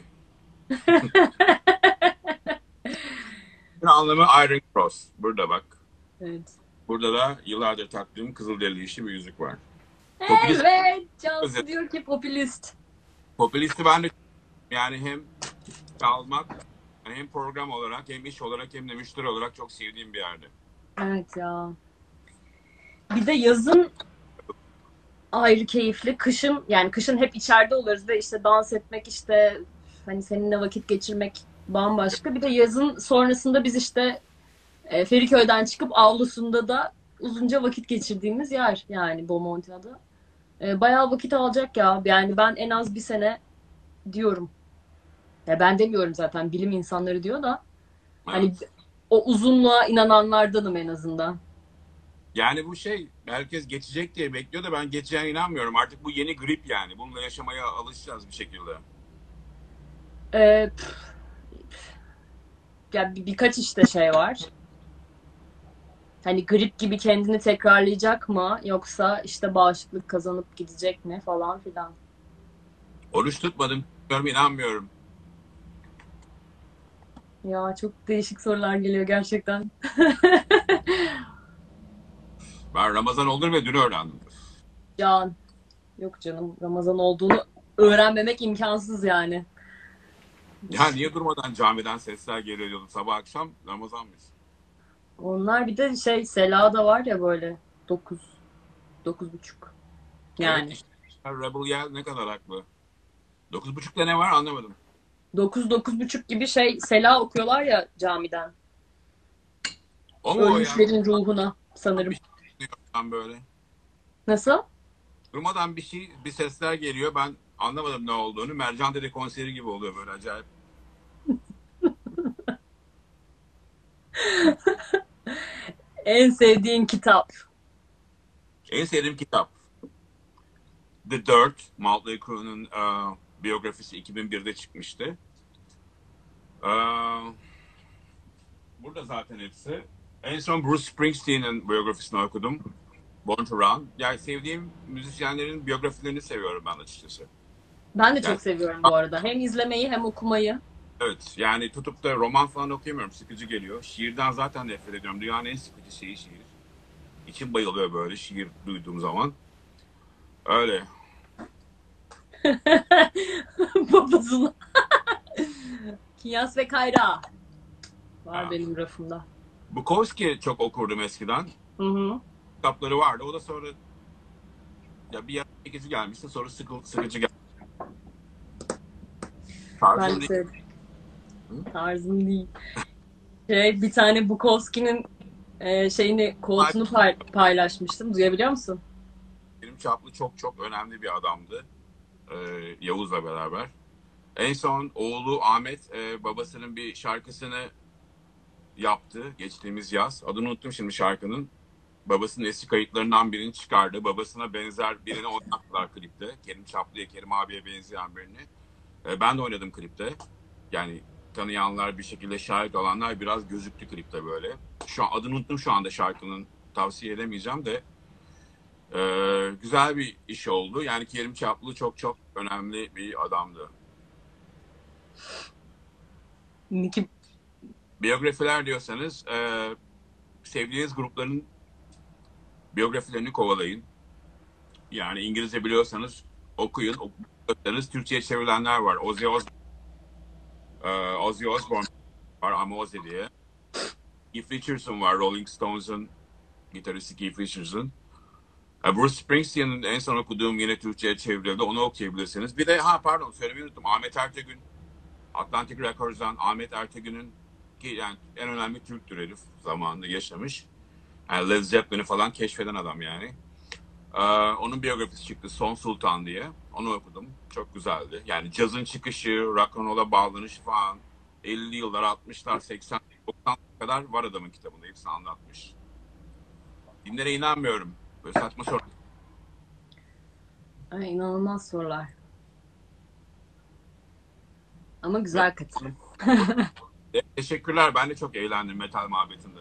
Speaker 2: Bir anlamı Iron Cross. Burada bak.
Speaker 1: Evet.
Speaker 2: Burada da yıllardır taktığım kızılderili işi bir yüzük var. Popülist
Speaker 1: Evet. Cansu diyor ki popülist.
Speaker 2: Popülisti ben de yani hem çalmak yani hem program olarak hem iş olarak hem de müşteri olarak çok sevdiğim bir yerde.
Speaker 1: Evet ya. Bir de yazın ayrı keyifli. Kışın yani kışın hep içeride oluruz ve işte dans etmek işte hani seninle vakit geçirmek bambaşka. Bir de yazın sonrasında biz işte Feriköy'den çıkıp avlusunda da uzunca vakit geçirdiğimiz yer yani Bomontia'da. Bayağı vakit alacak ya. Yani ben en az bir sene diyorum. Ya ben demiyorum zaten bilim insanları diyor da hani
Speaker 2: Evet.
Speaker 1: o uzunluğa inananlardanım en azından.
Speaker 2: Yani bu şey herkes geçecek diye bekliyor da ben geçeceğine inanmıyorum. Artık bu yeni grip yani. Bununla yaşamaya alışacağız bir şekilde.
Speaker 1: Ee, Ya birkaç işte şey var. Hani grip gibi kendini tekrarlayacak mı yoksa işte bağışıklık kazanıp gidecek mi falan filan.
Speaker 2: Oruç tutmadım. İnanmıyorum.
Speaker 1: Ya çok değişik sorular geliyor gerçekten.
Speaker 2: Ben Ramazan olur ve dün öğrendim.
Speaker 1: Can, yok canım Ramazan olduğunu öğrenmemek imkansız yani.
Speaker 2: Ya niye durmadan camiden sesler geliyordu sabah akşam Ramazan mıyız?
Speaker 1: Onlar bir de şey Sela da var ya böyle 9 9.30.
Speaker 2: Evet
Speaker 1: Yani.
Speaker 2: işte Rebel Yell ne kadar haklı. 9.30'da ne var anlamadım.
Speaker 1: 9-9.30 gibi Sela okuyorlar ya camiden.
Speaker 2: O mu o ya?
Speaker 1: Ölmüşlerin ruhuna
Speaker 2: Bir
Speaker 1: sanırım.
Speaker 2: şey dinliyorum ben böyle.
Speaker 1: Nasıl?
Speaker 2: Durmadan bir sesler geliyor. Ben anlamadım ne olduğunu. Mercan Dede konseri gibi oluyor böyle acayip.
Speaker 1: En sevdiğin kitap.
Speaker 2: En sevdiğim kitap. The Dirt. Motley Crue'nun biyografisi 2001'de çıkmıştı. E, burada zaten hepsi. En son Bruce Springsteen'in biyografisini okudum. Born to Run. Yani sevdiğim müzisyenlerin biyografilerini seviyorum ben açıkçası.
Speaker 1: Ben de
Speaker 2: Yani
Speaker 1: çok seviyorum bu arada. Hem izlemeyi hem okumayı.
Speaker 2: evet yani tutup da roman falan okuyamıyorum. Sıkıcı geliyor. Şiirden zaten nefret ediyorum. Dünyanın en sıkıcı şeyi şiir. İçim bayılıyor böyle şiir duyduğum zaman. Öyle.
Speaker 1: Babasına. Kinyas ve Kayra var
Speaker 2: Ha.
Speaker 1: benim rafımda.
Speaker 2: Bukowski çok okurdum eskiden.
Speaker 1: Hı hı.
Speaker 2: Kitapları vardı. O da sonra ya bir yer çekici gelmişti. Sonra sıkıcı geldi.
Speaker 1: Ben
Speaker 2: Tarzım
Speaker 1: de
Speaker 2: değil.
Speaker 1: sevdim.
Speaker 2: Hı?
Speaker 1: Tarzım değil. Bir tane Bukowski'nin quote'unu paylaşmıştım. Duyabiliyor musun?
Speaker 2: Benim Çaplı çok çok önemli bir adamdı. Yavuz'la beraber. En son oğlu Ahmet babasının bir şarkısını yaptı geçtiğimiz yaz. Adını unuttum şimdi şarkının. Babasının eski kayıtlarından birini çıkardı. Babasına benzer birini oynattılar klipte. Kerim Çaplı'ya, Kerim abiye benzeyen birini. Ben de oynadım klipte. Yani tanıyanlar bir şekilde şahit olanlar biraz gözüktü klipte böyle. Şu an adını unuttum şu anda şarkının. Tavsiye edemeyeceğim de. Güzel bir iş oldu. Yani Kerim Çaplı çok çok önemli bir adamdı.
Speaker 1: Nicky,
Speaker 2: Biyografiler diyorsanız sevdiğiniz grupların biyografilerini kovalayın. Yani İngilizce biliyorsanız okuyun. Okuyorsanız Türkçe'ye çevrilenler var. Ozzy Osbourne var ama Ozzy diye. Keith Richardson var. Rolling Stones'un gitaristi Keith Richardson. Bruce Springsteen'in en son okuduğum yine Türkçe'ye çevrildi. Onu okuyabilirsiniz. Bir de pardon söylemeyi unuttum. Ahmet Ertegün. Atlantic Records'dan Ahmet Ertegün'ün ki yani en önemli Türktür herif zamanında yaşamış. Yani Led Zeppelin'i falan keşfeden adam yani. Onun biyografisi çıktı Son Sultan diye. Onu okudum. Çok güzeldi. Yani cazın çıkışı, rock'n'roll'a bağlanışı falan 50'li yıllar, 60'lar, 80, 90 kadar var adamın kitabında. Hepsini anlatmış. Dinlere inanmıyorum. Böyle saçma soru.
Speaker 1: Ay, inanılmaz sorular. Ama
Speaker 2: Evet.
Speaker 1: güzel katılım.
Speaker 2: Teşekkürler. Ben de çok eğlendim metal muhabbetinde.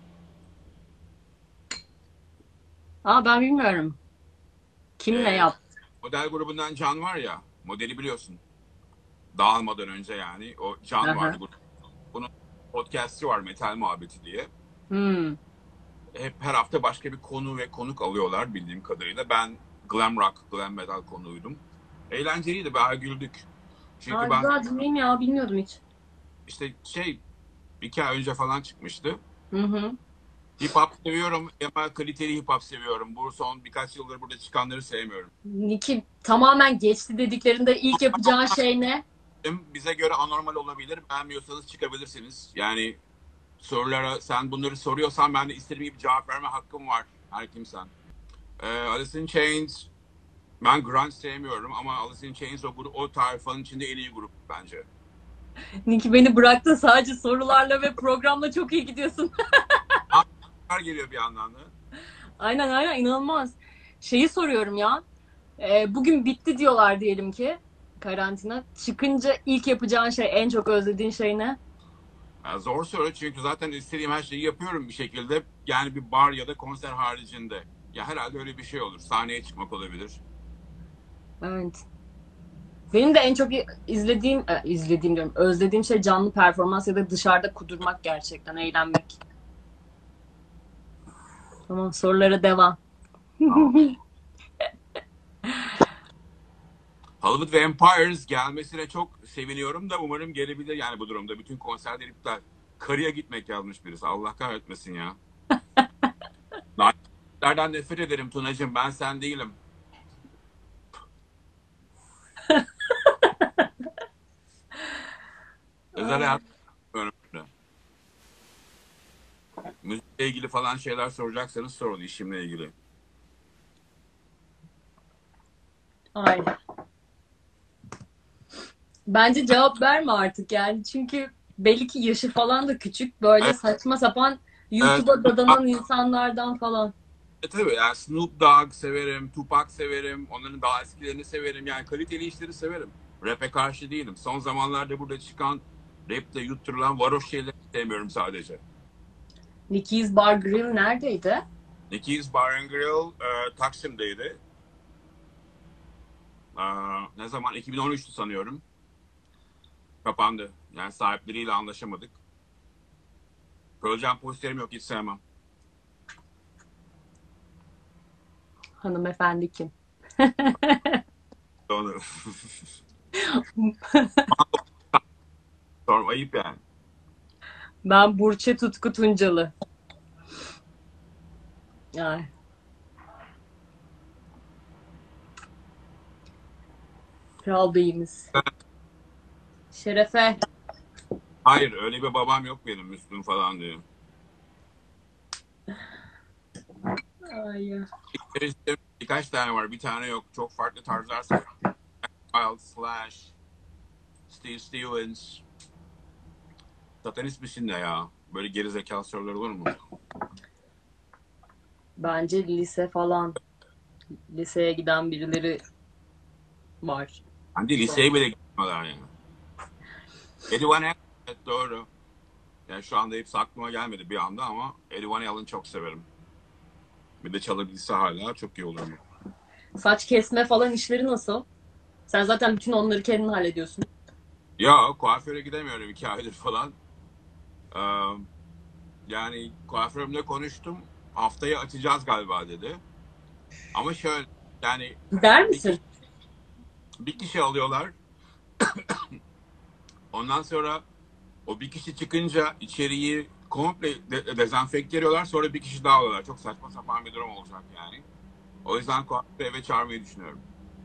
Speaker 1: Ben bilmiyorum. Kim ne
Speaker 2: Ee,
Speaker 1: yaptı?
Speaker 2: model grubundan Can var ya. Modeli biliyorsun. Dağılmadan önce yani. O Can vardı.
Speaker 1: Aha.
Speaker 2: Bunun podcast'i var Metal Muhabbeti diye.
Speaker 1: Hmm.
Speaker 2: Hep her hafta başka bir konu ve konuk alıyorlar bildiğim kadarıyla. Ben glam rock, glam metal konuğuydum. Eğlenceliydi, bayağı güldük. Çünkü ben
Speaker 1: Güzel dinleyeyim ya. Bilmiyordum hiç.
Speaker 2: işte 2 ay önce falan çıkmıştı.
Speaker 1: Hı hı.
Speaker 2: Hip hop seviyorum ama kaliteli hip hop seviyorum. Bu son birkaç yıldır burada çıkanları sevmiyorum.
Speaker 1: Nicky tamamen geçti dediklerinde ilk yapacağın şey ne?
Speaker 2: Bize göre anormal olabilir. Beğenmiyorsanız çıkabilirsiniz. Yani sorulara sen bunları soruyorsan ben de istediğim gibi cevap verme hakkım var. Her kimsen. Alice in Chains ben grunge sevmiyorum ama Alice in Chains o tayfanın içinde en iyi grup bence.
Speaker 1: Nicky beni bıraktı, sadece sorularla ve programla çok iyi gidiyorsun.
Speaker 2: Geliyor bir yandan da.
Speaker 1: Aynen inanılmaz. Şeyi soruyorum ya. Bugün bitti diyorlar diyelim ki karantina. Çıkınca ilk yapacağın şey, en çok özlediğin şey ne?
Speaker 2: Yani zor soru çünkü zaten istediğim her şeyi yapıyorum bir şekilde. Yani bir bar ya da konser haricinde. Ya herhalde öyle bir şey olur. Sahneye çıkmak olabilir.
Speaker 1: Evet. Benim de en çok izlediğim diyorum, özlediğim şey canlı performans ya da dışarıda kudurmak, gerçekten eğlenmek. Tamam, sorulara devam.
Speaker 2: Tamam. Hollywood Vampires gelmesine çok seviniyorum da umarım gelebilir yani bu durumda. Bütün konserler iptal. Karıya gitmek yazmış birisi. Allah kahretmesin ya. Nereden nefret ederim Tunacığım. Ben sen değilim. Özel hayat önemli. Müzikle ilgili falan şeyler soracaksanız sorun işimle ilgili.
Speaker 1: Aynen. Bence cevap verme artık yani. Çünkü belli ki yaşı falan da küçük. Böyle
Speaker 2: Evet,
Speaker 1: saçma sapan
Speaker 2: evet.
Speaker 1: YouTube'a dadanan insanlardan falan.
Speaker 2: Tabii yani Snoop Dogg severim, Tupac severim, onların daha eskilerini severim. Yani kaliteli işleri severim. Rap'e karşı değilim. Son zamanlarda burada çıkan rap'te yutturulan varoş şeyleri sevmiyorum sadece.
Speaker 1: Nicki's Bar Grill neredeydi?
Speaker 2: Nicki's Bar and Grill Taksim'deydi. Ne zaman? 2013'tü sanıyorum. Kapandı. Yani sahipleriyle anlaşamadık. Pearl Jam posterim yok, hiç sevmem.
Speaker 1: Hanımefendi kim?
Speaker 2: Onu. Sorma, ayıp yani.
Speaker 1: Ben Burçe Tutku Tuncalı. Ay. Kral beyimiz. Şerefe.
Speaker 2: Hayır, öyle bir babam yok benim, Müslüm falan diye.
Speaker 1: Ay ya.
Speaker 2: Birkaç tane var, bir tane yok. Çok farklı tarzlar seviyorum. Wild, Slash, Steve Stevens. Satanist misin de ya? Böyle geri zekalı sorular olur mu?
Speaker 1: Bence lise falan. Liseye giden birileri var.
Speaker 2: Hani liseye bile gitmiyorlar yani. Eddie Van Halen, evet doğru. Yani şu anda hepsi aklıma gelmedi bir anda ama Eddie Van Halen'ı çok severim. Bir de çalabilse hala çok iyi olur mu?
Speaker 1: Saç kesme falan işleri nasıl? Sen zaten bütün onları kendin hallediyorsun.
Speaker 2: Ya kuaföre gidemiyorum 2 aydır falan. Ee, Yani kuaförümle konuştum. Haftaya açacağız galiba dedi. Ama şöyle yani
Speaker 1: Der
Speaker 2: bir
Speaker 1: misin?
Speaker 2: kişi, bir kişi alıyorlar. Ondan sonra o bir kişi çıkınca içeriği komple dezenfekte ediyorlar. Sonra bir kişi daha alıyorlar. Çok saçma sapan bir durum olacak yani. O yüzden kuaförü eve çağırmayı düşünüyorum.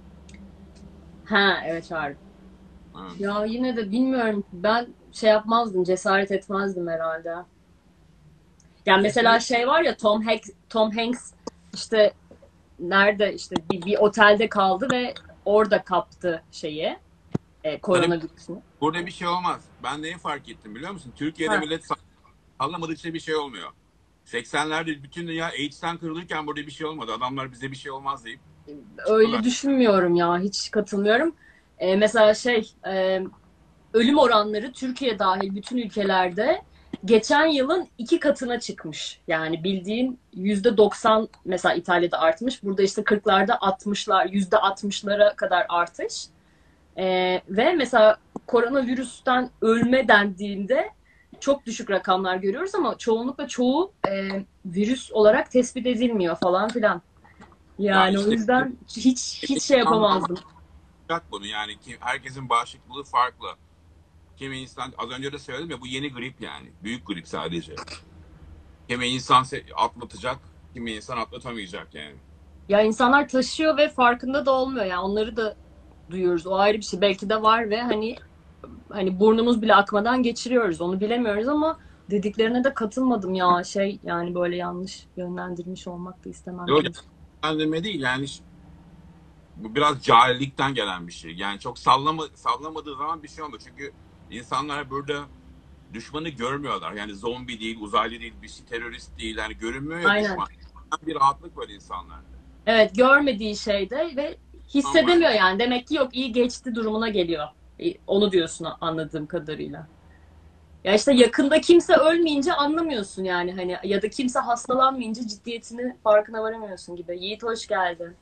Speaker 1: Ha evet çağırdım.
Speaker 2: Evet.
Speaker 1: Ya yine de bilmiyorum. Ben şey yapmazdım, cesaret etmezdim herhalde. Yani mesela
Speaker 2: Kesmelik
Speaker 1: şey var ya Tom Hanks işte nerede işte bir otelde kaldı ve orada kaptı şeyi
Speaker 2: hani
Speaker 1: koronavirüsünü.
Speaker 2: burada bir şey olmaz. Ben neyi fark ettim biliyor musun? Türkiye'de
Speaker 1: Ha,
Speaker 2: millet sallamadıkça bir şey olmuyor. 80'lerde bütün dünya AIDS'ten kırılırken burada bir şey olmadı. Adamlar bize bir şey olmaz deyip
Speaker 1: öyle
Speaker 2: çıkıyorlar.
Speaker 1: düşünmüyorum ya hiç katılmıyorum. Mesela ölüm oranları Türkiye dahil bütün ülkelerde geçen yılın 2 katına çıkmış. Yani bildiğin %90 mesela İtalya'da artmış. Burada işte 40'larda 60'lar %60'lara kadar artış. Ve mesela koronavirüsten ölme dendiğinde çok düşük rakamlar görüyoruz ama çoğunlukla çoğu virüs olarak tespit edilmiyor falan filan.
Speaker 2: Ya
Speaker 1: Yani o
Speaker 2: işte
Speaker 1: yüzden hiç şey
Speaker 2: anlamak
Speaker 1: yapamazdım.
Speaker 2: bunu yani ki herkesin bağışıklığı farklı. Kimi insan az önce de söyledim ya bu yeni grip yani. Büyük grip sadece. Kimi insan atlatacak, kimi insan atlatamayacak yani.
Speaker 1: Ya insanlar taşıyor ve farkında da olmuyor. Yani onları da duyuyoruz. O ayrı bir şey. Belki de var ve hani burnumuz bile akmadan geçiriyoruz. Onu bilemiyoruz ama dediklerine de katılmadım ya. Yani böyle yanlış yönlendirmiş olmak da istemem
Speaker 2: Yok
Speaker 1: kimse.
Speaker 2: yani değil yani bu biraz cahillikten gelen bir şey. Yani çok sallamadığı zaman bir şey olmuyor. Çünkü insanlar burada düşmanı görmüyorlar. Yani zombi değil, uzaylı değil, bir şey terörist değil. Yani görünmüyor ya
Speaker 1: Aynen.
Speaker 2: düşman. Bir rahatlık var insanlarda.
Speaker 1: Evet görmediği şeyde ve
Speaker 2: Ama
Speaker 1: hissedemiyor yani. Demek ki yok iyi geçti durumuna geliyor. Onu diyorsun anladığım kadarıyla. Ya işte yakında kimse ölmeyince anlamıyorsun yani hani ya da kimse hastalanmayınca ciddiyetini farkına varamıyorsun gibi. Yiğit hoş geldin.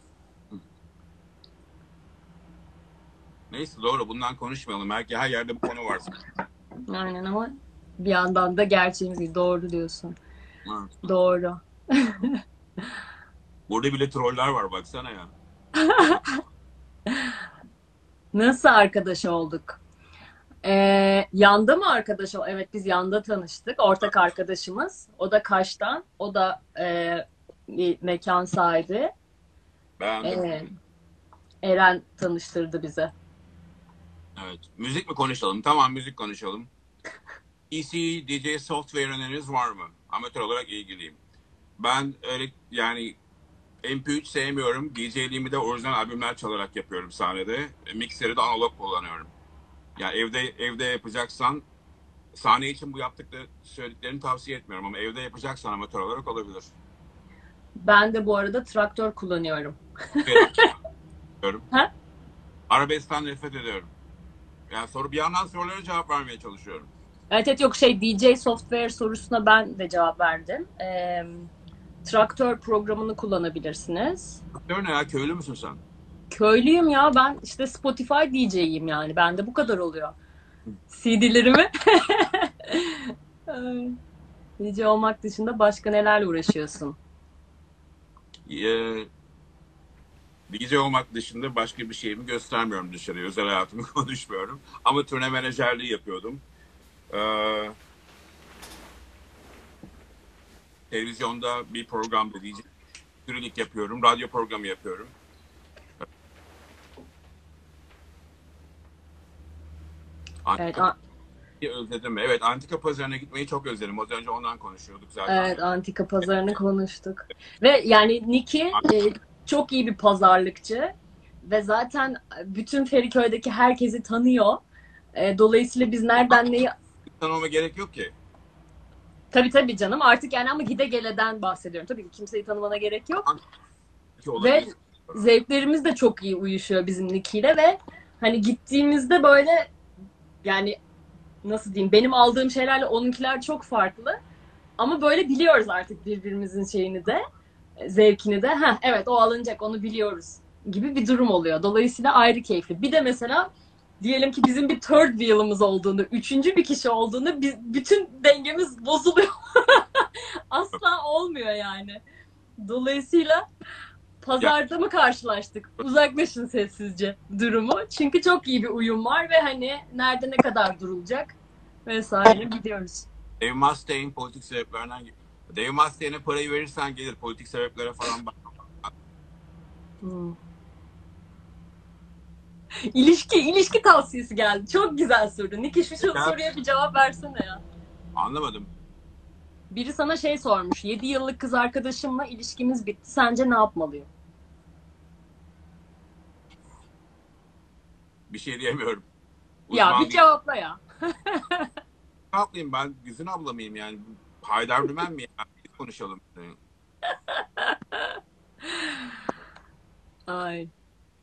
Speaker 2: neyse doğru bundan konuşmayalım. Belki her yerde bu konu var.
Speaker 1: Aynen ama bir yandan da gerçeğimiz doğru diyorsun.
Speaker 2: Evet.
Speaker 1: Doğru.
Speaker 2: Burada bile troller var baksana ya.
Speaker 1: Nasıl arkadaş olduk? Yanda mı arkadaş Evet biz yanda tanıştık. Ortak arkadaşımız. O da Kaş'tan. O da bir mekan sahibi.
Speaker 2: Beğendim.
Speaker 1: Ee, Eren tanıştırdı bize.
Speaker 2: Evet. Müzik mi konuşalım? Tamam, müzik konuşalım. PC, DJ software öneriniz var mı? Amatör olarak ilgiliyim. Ben öyle yani MP3 sevmiyorum. DJ'liğimi de orijinal albümler çalarak yapıyorum sahnede. Mixer'i de analog kullanıyorum. Yani evde yapacaksan sahne için bu yaptıkları söylediklerini tavsiye etmiyorum ama evde yapacaksan amatör olarak olabilir.
Speaker 1: Ben de bu arada traktör kullanıyorum.
Speaker 2: Diyorum.
Speaker 1: Ha?
Speaker 2: Arabeskten nefret ediyorum. Yani bir yandan sorulara cevap vermeye çalışıyorum.
Speaker 1: Evet, evet, yok şey DJ software sorusuna ben de cevap verdim. Traktör programını kullanabilirsiniz.
Speaker 2: Traktör ne ya? Köylü müsün sen?
Speaker 1: Köylüyüm ya, ben işte Spotify DJ'yim yani. Bende bu kadar oluyor. CD'lerimi DJ olmak dışında başka nelerle uğraşıyorsun?
Speaker 2: Ee, DJ olmak dışında başka bir şeyimi göstermiyorum dışarıya. Özel hayatımı konuşmuyorum. Ama turne menajerliği yapıyordum. Ee, televizyonda bir programda DJ jürilik yapıyorum. Radyo programı yapıyorum.
Speaker 1: Evet,
Speaker 2: Antika özledim. Evet, antika pazarına gitmeyi çok özledim. Az önce ondan konuşuyorduk zaten.
Speaker 1: evet, antika pazarını konuştuk. Ve yani Niki çok iyi bir pazarlıkçı ve zaten bütün Feriköy'deki herkesi tanıyor. Dolayısıyla biz nereden neyi...
Speaker 2: Tanımama gerek yok ki.
Speaker 1: Tabii, tabii canım, artık yani, ama gide geleden bahsediyorum. Tabii ki kimseyi tanımana gerek yok.
Speaker 2: Ki
Speaker 1: Ve
Speaker 2: olabilir.
Speaker 1: zevklerimiz de çok iyi uyuşuyor bizim Niki'yle ve hani gittiğimizde böyle, yani nasıl diyeyim, benim aldığım şeylerle onunkiler çok farklı. Ama böyle biliyoruz artık birbirimizin şeyini de, zevkini de. Ha, evet, o alınacak, onu biliyoruz gibi bir durum oluyor. Dolayısıyla ayrı keyifli. Bir de mesela diyelim ki bizim bir third wheel'ımız olduğunu, üçüncü bir kişi olduğunu, bütün dengemiz bozuluyor. Asla olmuyor yani. Dolayısıyla
Speaker 2: Ya
Speaker 1: pazarda mı karşılaştık? Uzaklaşın sessizce durumu. Çünkü çok iyi bir uyum var ve hani nerede ne kadar durulacak vesaire biliyoruz.
Speaker 2: Dave Mustaine'in politik sebeplerinden Dave Mustaine'e parayı verirsen gelir. Politik sebeplere falan bak.
Speaker 1: Hmm. İlişki tavsiyesi geldi. Çok güzel soru. Niki, şu soruya bir cevap versene ya.
Speaker 2: Anlamadım.
Speaker 1: Biri sana şey sormuş. 7 yıllık kız arkadaşımla ilişkimiz bitti. Sence ne yapmalıyım?
Speaker 2: Bir şey diyemiyorum.
Speaker 1: Ya
Speaker 2: Uzman
Speaker 1: bir
Speaker 2: değil.
Speaker 1: cevapla ya.
Speaker 2: Ne yapayım ben? Güzin abla mıyım yani? Haydar Dümen mi ya? Biz konuşalım.
Speaker 1: Ay.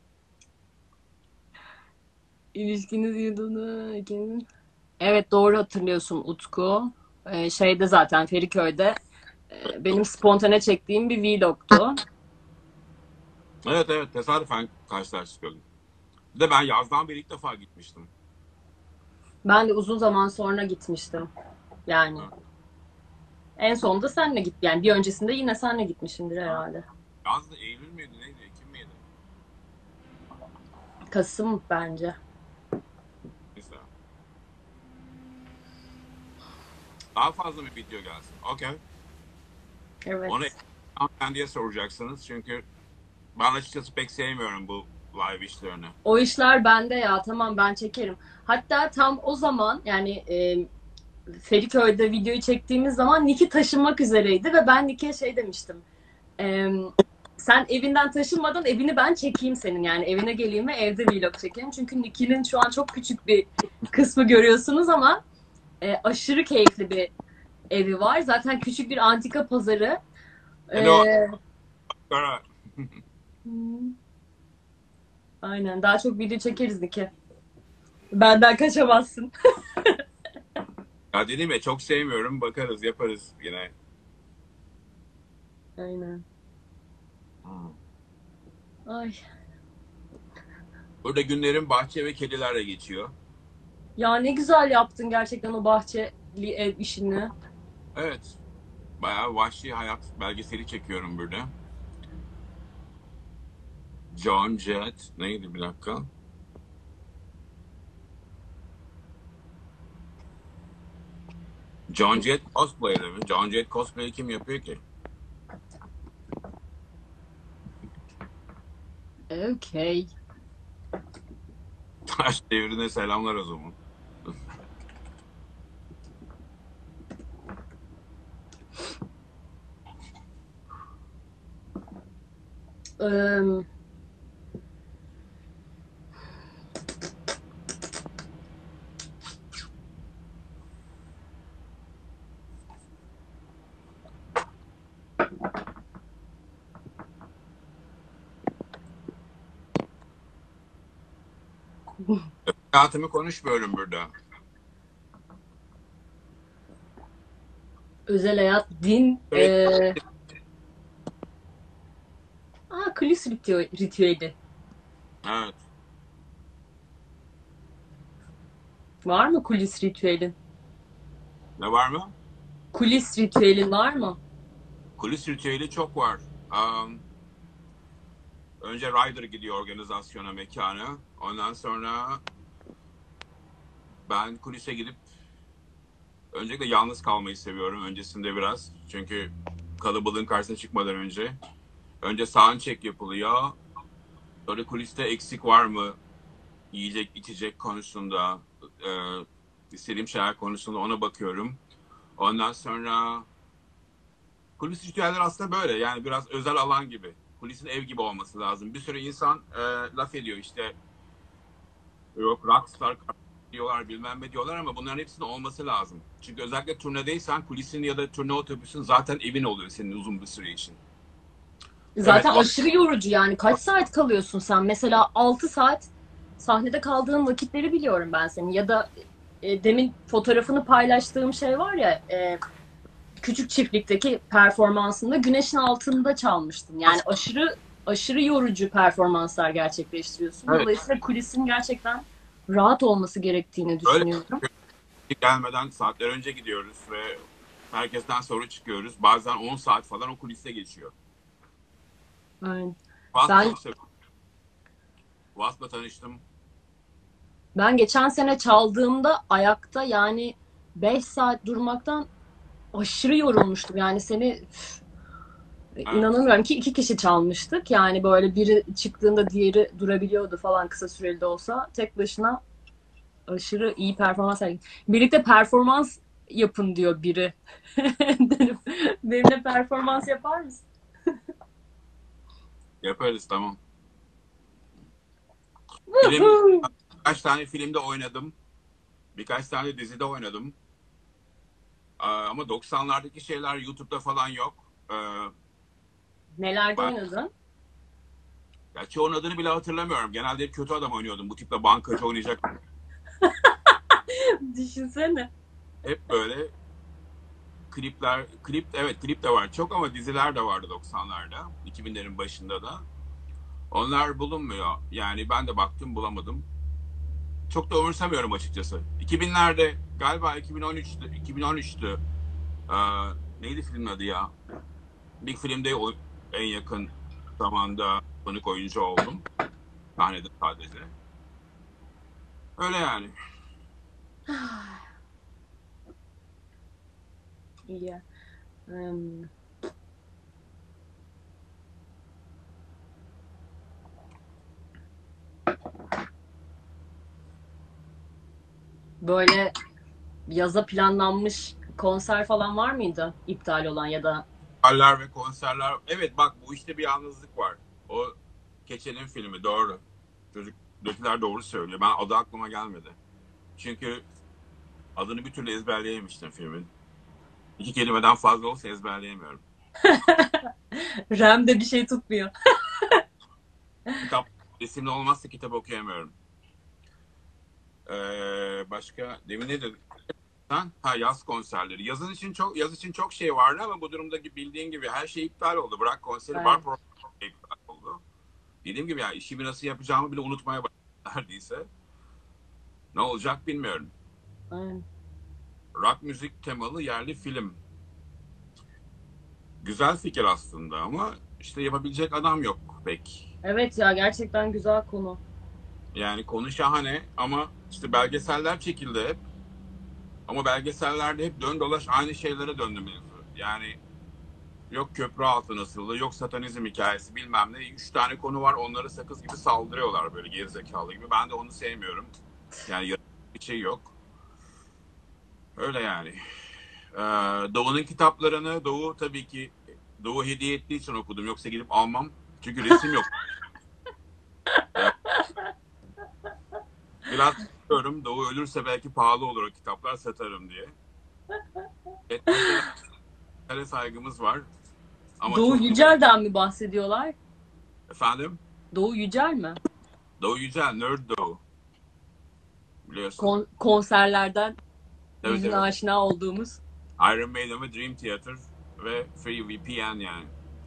Speaker 1: İlişkiniz yıldığını ikinin... Evet, doğru hatırlıyorsun Utku. Şeyde zaten Feriköy'de benim spontane çektiğim bir vlogtu.
Speaker 2: Evet, evet, tesadüfen karşılaştık öyle. Bir de ben yazdan beri ilk defa gitmiştim.
Speaker 1: Ben de uzun zaman sonra gitmiştim. Yani
Speaker 2: Ha.
Speaker 1: en sonunda senle git. Yani bir öncesinde yine senle gitmişimdir
Speaker 2: Ha.
Speaker 1: herhalde.
Speaker 2: Yazdı, Eylül müydü neydi? Ekim miydi?
Speaker 1: Kasım bence.
Speaker 2: Neyse. Daha fazla bir video gelsin. Okey. Onu
Speaker 1: Evet.
Speaker 2: hanımefendiye soracaksınız. Çünkü ben açıkçası pek sevmiyorum bu live işlerini.
Speaker 1: O işler bende ya. Tamam, ben çekerim. Hatta tam o zaman yani Feriköy'de videoyu çektiğimiz zaman Niki taşınmak üzereydi ve ben Niki'ye şey demiştim. E, Sen evinden taşınmadan evini ben çekeyim senin. Yani evine geleyim ve evde vlog çekeyim. Çünkü Niki'nin şu an çok küçük bir kısmı görüyorsunuz ama aşırı keyifli bir evi var. Zaten küçük bir antika pazarı.
Speaker 2: Hello.
Speaker 1: E, aynen. Daha çok video çekeriz Niki. Benden kaçamazsın.
Speaker 2: Ya dedim ya, çok sevmiyorum. Bakarız, yaparız yine.
Speaker 1: Aynen.
Speaker 2: Hmm.
Speaker 1: Ay.
Speaker 2: Burada günlerim bahçe ve kedilerle geçiyor.
Speaker 1: Ya ne güzel yaptın gerçekten o bahçeli ev işini.
Speaker 2: Evet. Bayağı vahşi hayat belgeseli çekiyorum burada. John Jett. Neydi, bir dakika. John Jett cosplay'de mi? John Jett cosplay'i kim yapıyor ki?
Speaker 1: Okay.
Speaker 2: Taş devrine selamlar o zaman.
Speaker 1: Ee,
Speaker 2: Hayatımı konuşmuyorum burada.
Speaker 1: özel hayat, din,
Speaker 2: Sürekli
Speaker 1: kulis ritüeli.
Speaker 2: evet.
Speaker 1: Var mı kulis ritüelin?
Speaker 2: Ne var mı?
Speaker 1: Kulis ritüelin var mı?
Speaker 2: Kulis ritüeli çok var. Önce rider gidiyor organizasyona, mekana. Ondan sonra ben kulise gidip öncelikle yalnız kalmayı seviyorum öncesinde biraz. Çünkü kalabalığın karşısına çıkmadan önce. Önce sound check yapılıyor. Sonra kuliste eksik var mı? Yiyecek, içecek konusunda, e, istediğim şeyler konusunda ona bakıyorum. Ondan sonra kulis ritüeller aslında böyle. Yani biraz özel alan gibi. Kulisin ev gibi olması lazım. Bir sürü insan laf ediyor işte. Yok rockstar diyorlar bilmem ne diyorlar ama bunların hepsinin olması lazım. Çünkü özellikle turnedeysen kulisin ya da turne otobüsün zaten evin oluyor senin uzun bir süre için. Evet
Speaker 1: Zaten aşırı yorucu yani. Kaç saat kalıyorsun sen? Mesela 6 saat sahnede kaldığın vakitleri biliyorum ben senin. Ya da demin fotoğrafını paylaştığım şey var ya, küçük çiftlikteki performansında güneşin altında çalmıştın. Yani aşırı aşırı yorucu performanslar gerçekleştiriyorsun.
Speaker 2: evet
Speaker 1: Dolayısıyla kulisin gerçekten rahat olması gerektiğini
Speaker 2: öyle
Speaker 1: düşünüyorum.
Speaker 2: gelmeden saatler önce gidiyoruz ve herkesten sonra çıkıyoruz. Bazen 10 saat falan o kuliste geçiyor.
Speaker 1: Yani
Speaker 2: Wasp
Speaker 1: ben
Speaker 2: çok seviyorum. Wasp'la tanıştım.
Speaker 1: ben geçen sene çaldığımda ayakta yani 5 saat durmaktan aşırı yorulmuştum. Yani seni
Speaker 2: Evet.
Speaker 1: inanamıyorum ki 2 kişi çalmıştık. Yani böyle biri çıktığında diğeri durabiliyordu falan, kısa süreli de olsa. Tek başına aşırı iyi performans sergiledi. Birlikte performans yapın diyor biri. Benimle performans yapar mısın?
Speaker 2: Yaparız tamam. Film birkaç tane filmde oynadım. Birkaç tane dizide oynadım. Ama 90'lardaki şeyler YouTube'da falan yok.
Speaker 1: Nelerde
Speaker 2: Ben
Speaker 1: oynadın?
Speaker 2: ya çoğunun adını bile hatırlamıyorum. Genelde hep kötü adam oynuyordum. Bu tiple bankacı oynayacak.
Speaker 1: Düşünsene.
Speaker 2: Hep böyle klipler, klip evet klip de var çok ama diziler de vardı 90'larda. 2000'lerin başında da. Onlar bulunmuyor. Yani ben de baktım bulamadım. Çok da umursamıyorum açıkçası. 2000'lerde galiba 2013'tü. Neydi filmin adı ya? Bir filmde en yakın zamanda konuk oyuncu oldum. Sahnede sadece. Öyle yani.
Speaker 1: İyi. Hmm. Böyle yaza planlanmış konser falan var mıydı iptal olan ya da
Speaker 2: Haller ve konserler. Evet bak bu işte bir yalnızlık var. O Keçe'nin filmi doğru. Çocukdakiler doğru söylüyor. Ben adı aklıma gelmedi. Çünkü adını bir türlü ezberleyememiştim filmin. İki kelimeden fazla olsa ezberleyemiyorum.
Speaker 1: RAM'de bir şey tutmuyor.
Speaker 2: Kitap resimli olmazsa kitap okuyamıyorum. Başka demin ne dedin? Ha yaz konserleri. Yaz için çok şey vardı ama bu durumdaki bildiğin gibi her şey iptal oldu. Bırak konseri var
Speaker 1: Evet.
Speaker 2: program iptal oldu. Dediğim gibi ya işimi nasıl yapacağımı bile unutmaya başladım neredeyse. Ne olacak bilmiyorum.
Speaker 1: Aynen.
Speaker 2: Rock müzik temalı yerli film. Güzel fikir aslında ama işte yapabilecek adam yok pek.
Speaker 1: Evet ya, gerçekten güzel konu.
Speaker 2: Yani konu şahane ama işte belgeseller çekildi hep. Ama belgesellerde hep dön dolaş aynı şeylere döndü mevzu. Yani yok köprü altı nasıldı, yok satanizm hikayesi bilmem ne. 3 tane konu var, onları sakız gibi saldırıyorlar böyle gerizekalı gibi. Ben de onu sevmiyorum. Yani bir şey yok. Öyle yani. Ee, Doğu'nun kitaplarını Doğu tabii ki Doğu hediye ettiği için okudum. Yoksa gidip almam. Çünkü resim yok. Ee, Biraz diyorum Doğu ölürse belki pahalı olur o kitaplar satarım diye. Yetmez'e saygımız var. Ama
Speaker 1: Doğu
Speaker 2: çok
Speaker 1: Yücel'den mi bahsediyorlar?
Speaker 2: efendim
Speaker 1: Doğu Yücel mi?
Speaker 2: Doğu Yücel, Nerd Doğu biliyorsun.
Speaker 1: Konserlerden
Speaker 2: Evet
Speaker 1: yüzüne
Speaker 2: evet.
Speaker 1: aşina olduğumuz.
Speaker 2: Iron Maiden ve Dream Theater ve Free VPN yani.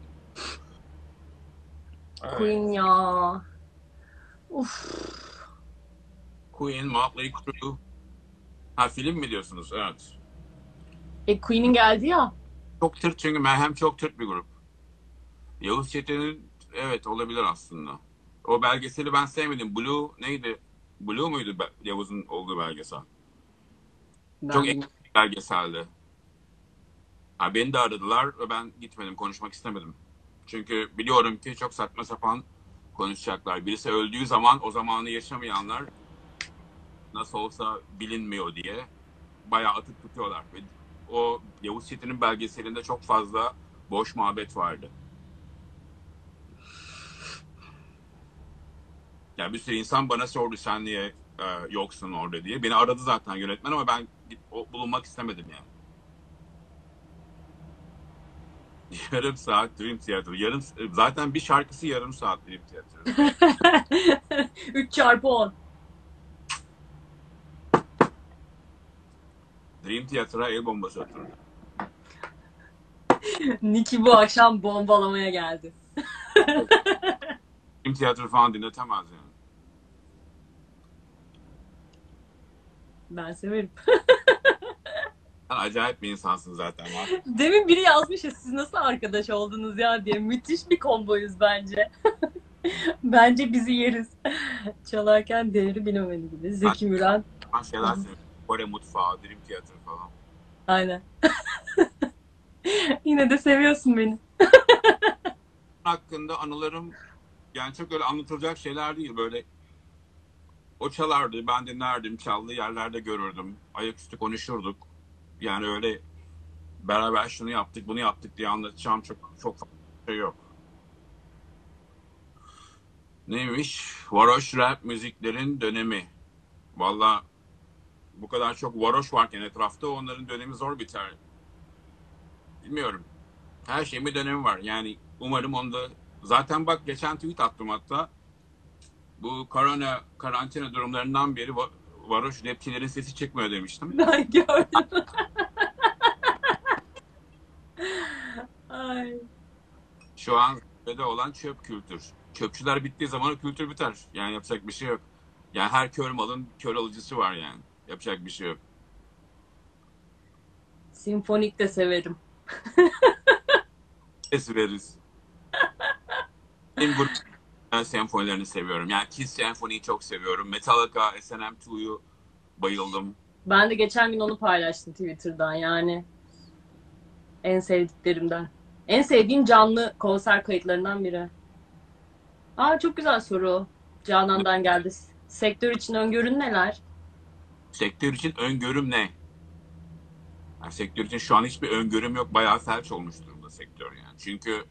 Speaker 2: Evet.
Speaker 1: Queen ya. Uf.
Speaker 2: Queen, Motley Crue. Ha film mi diyorsunuz? Evet.
Speaker 1: Queen'in geldi ya.
Speaker 2: Çok tırt çünkü Mayhem çok tırt bir grup. Yavuz Çetin'in evet olabilir aslında. O belgeseli ben sevmedim. Blue neydi? Blue muydu Yavuz'un olduğu belgesel? Çok
Speaker 1: Ben
Speaker 2: eski bir belgeseldi. Ha, beni de aradılar ve ben gitmedim. Konuşmak istemedim. Çünkü biliyorum ki çok saçma sapan konuşacaklar. Birisi öldüğü zaman o zamanı yaşamayanlar nasıl olsa bilinmiyor diye bayağı atıp tutuyorlar. Ve o Yavuz Çetin'in belgeselinde çok fazla boş muhabbet vardı. Yani bir sürü insan bana sordu sen niye yoksun orada diye. Beni aradı zaten yönetmen ama ben bulunmak istemedim yani. Yarım saat Dream Theater. Zaten bir şarkısı yarım saat Dream Theater'ın.
Speaker 1: 3x10.
Speaker 2: Dream Theater'a el bombası atıldı.
Speaker 1: Niki bu akşam bombalamaya geldi.
Speaker 2: Dream Theater falan dinletemez yani.
Speaker 1: Ben severim.
Speaker 2: Sen acayip bir insansın zaten. Var.
Speaker 1: Demin biri yazmış ya siz nasıl arkadaş oldunuz ya diye. Müthiş bir komboyuz bence. Bence bizi yeriz. Çalarken değeri bilemedi gibi.
Speaker 2: Ben
Speaker 1: Zeki Müren.
Speaker 2: şeyler seviyorum. Kore mutfağı, Dream Theater falan.
Speaker 1: Aynen. Yine de seviyorsun beni.
Speaker 2: Hakkında anılarım yani çok öyle anlatılacak şeyler değil. Böyle o çalardı, ben dinlerdim, çaldığı yerlerde görürdüm. Ayaküstü konuşurduk. Yani öyle beraber şunu yaptık, bunu yaptık diye anlatacağım çok fazla şey yok. Neymiş? Varoş rap müziklerin dönemi. Valla bu kadar çok varoş varken etrafta onların dönemi zor biter. Bilmiyorum. Her şeyin bir dönemi var. Yani umarım onda zaten bak geçen tweet attım hatta. Bu karantina durumlarından beri varoş rapçilerin sesi çıkmıyor demiştim.
Speaker 1: Ben gördüm. Ay.
Speaker 2: Şu an zirvede olan çöp kültür. Çöpçüler bittiği zaman o kültür biter. Yani yapacak bir şey yok. Yani her kör malın kör alıcısı var yani. Yapacak bir şey yok.
Speaker 1: Simfonik de severim.
Speaker 2: Ses veririz. Benim grup senfonilerini seviyorum. Yani Kiss senfoniyi çok seviyorum. Metallica, SNM2'yu bayıldım.
Speaker 1: Ben de geçen gün onu paylaştım Twitter'dan yani. En sevdiklerimden. En sevdiğim canlı konser kayıtlarından biri. Aa çok güzel soru. Canan'dan geldi. Sektör için öngörün neler?
Speaker 2: Sektör için öngörüm ne? Yani sektör için şu an hiçbir öngörüm yok. Bayağı felç olmuş durumda sektör yani. Çünkü